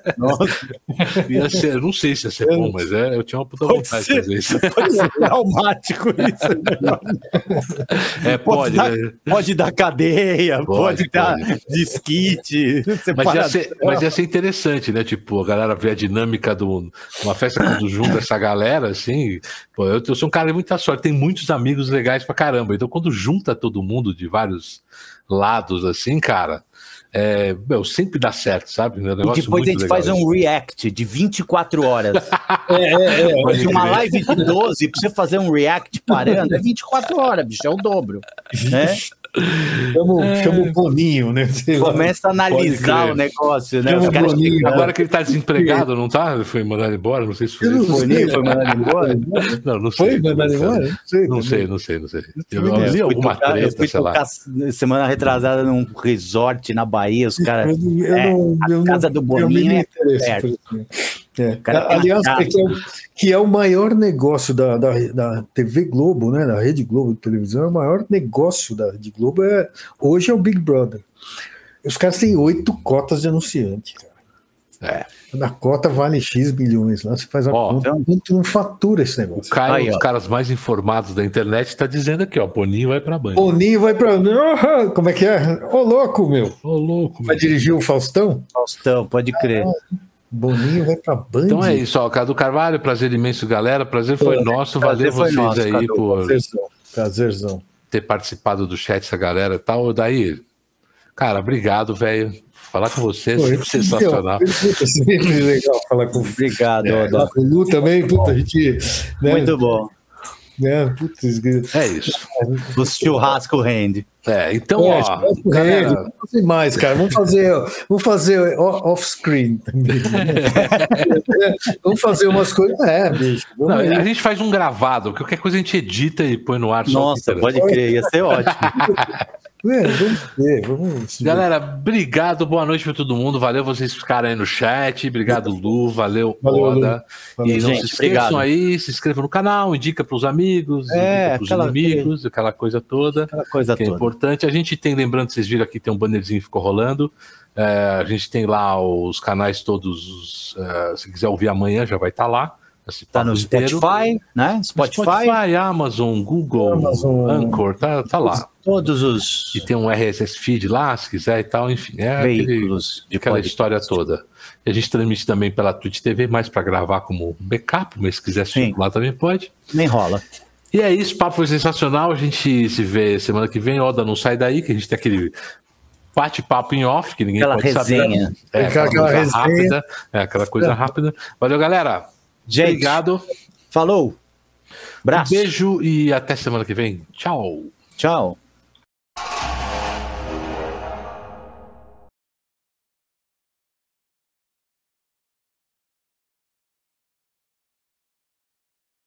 Ia ser, não sei se ia ser bom, mas eu tinha uma puta vontade de fazer isso. Pode ser traumático isso. Pode. Pode dar cadeia, pode dar disquite. Mas ia ser interessante, né? Tipo, a galera ver a dinâmica de uma festa quando junta essa galera, assim. Pô, eu sou um cara de muita sorte, tem muitos amigos legais pra caramba. Então, quando junta todo mundo de vários lados, assim, cara, sempre dá certo, sabe? E depois a gente faz um react de 24 horas. De uma live de 12, pra você fazer um react parando, é 24 horas, bicho, é o dobro. Né? Chama o Boninho, né? Começa a analisar o negócio, né? Agora que ele tá desempregado, não tá? Ele foi mandado embora, não sei se foi. Boninho foi mandado embora? Não sei. Foi mandado embora? Não sei. Eu vi alguma treta, sei lá. Semana retrasada num resort na Bahia, os caras. A casa do Boninho é perto. Aliás, que é o maior negócio da TV Globo, né? Da Rede Globo de televisão, é o maior negócio da Rede Globo hoje é o Big Brother. Os caras têm 8 cotas de anunciante, cara. Na cota vale X bilhões. Lá você faz a conta, não fatura esse negócio. O Caio, os caras mais informados da internet, está dizendo aqui, ó, Boninho vai pra Band. Boninho vai pra... Como é que é? Ô, louco, meu. Vai dirigir o Faustão? Faustão, pode crer. Boninho vai pra Band. Então é isso, ó, Cadu Carvalho, prazer imenso, galera. Prazer foi nosso, valeu vocês nosso, aí Cadu, por prazerzão ter participado do chat, essa galera e tal. Daí, cara, obrigado, velho. Falar com você é sensacional. Sempre legal falar com você. Obrigado, falar com o Lu também, puta, a gente. Né? Muito bom. É isso. O churrasco rende. Então, galera... Vamos fazer mais, cara. Vamos fazer off-screen também. Vamos fazer umas coisas. Bicho. A gente faz um gravado, qualquer coisa a gente edita e põe no ar. Nossa, pode crer, ia ser ótimo. Vamos ver. Galera, obrigado, boa noite para todo mundo. Valeu vocês ficarem aí no chat. Obrigado, Lu. Valeu, Oda. E não se esqueçam aí, se inscrevam no canal, indica para os amigos, indica para os inimigos, aquela coisa toda. É importante. A gente tem, lembrando, vocês viram aqui, tem um bannerzinho que ficou rolando. A gente tem lá os canais todos. Se quiser ouvir amanhã, já vai estar lá. Tá no Spotify, né? Spotify, Amazon, Google, Anchor, tá lá. Todos os... E tem um RSS feed lá, se quiser e tal, enfim. Veículos. Aquela história toda. E a gente transmite também pela Twitch TV, mais para gravar como backup, mas se quiser assistir lá também pode. Nem rola. E é isso, o papo foi sensacional. A gente se vê semana que vem. Oda, não sai daí, que a gente tem aquele bate-papo em off, que ninguém aquela pode resenha. Saber. Aquela coisa rápida. Aquela coisa rápida. Valeu, galera. Gente, obrigado. Falou. Braço. Um beijo e até semana que vem. Tchau. Tchau.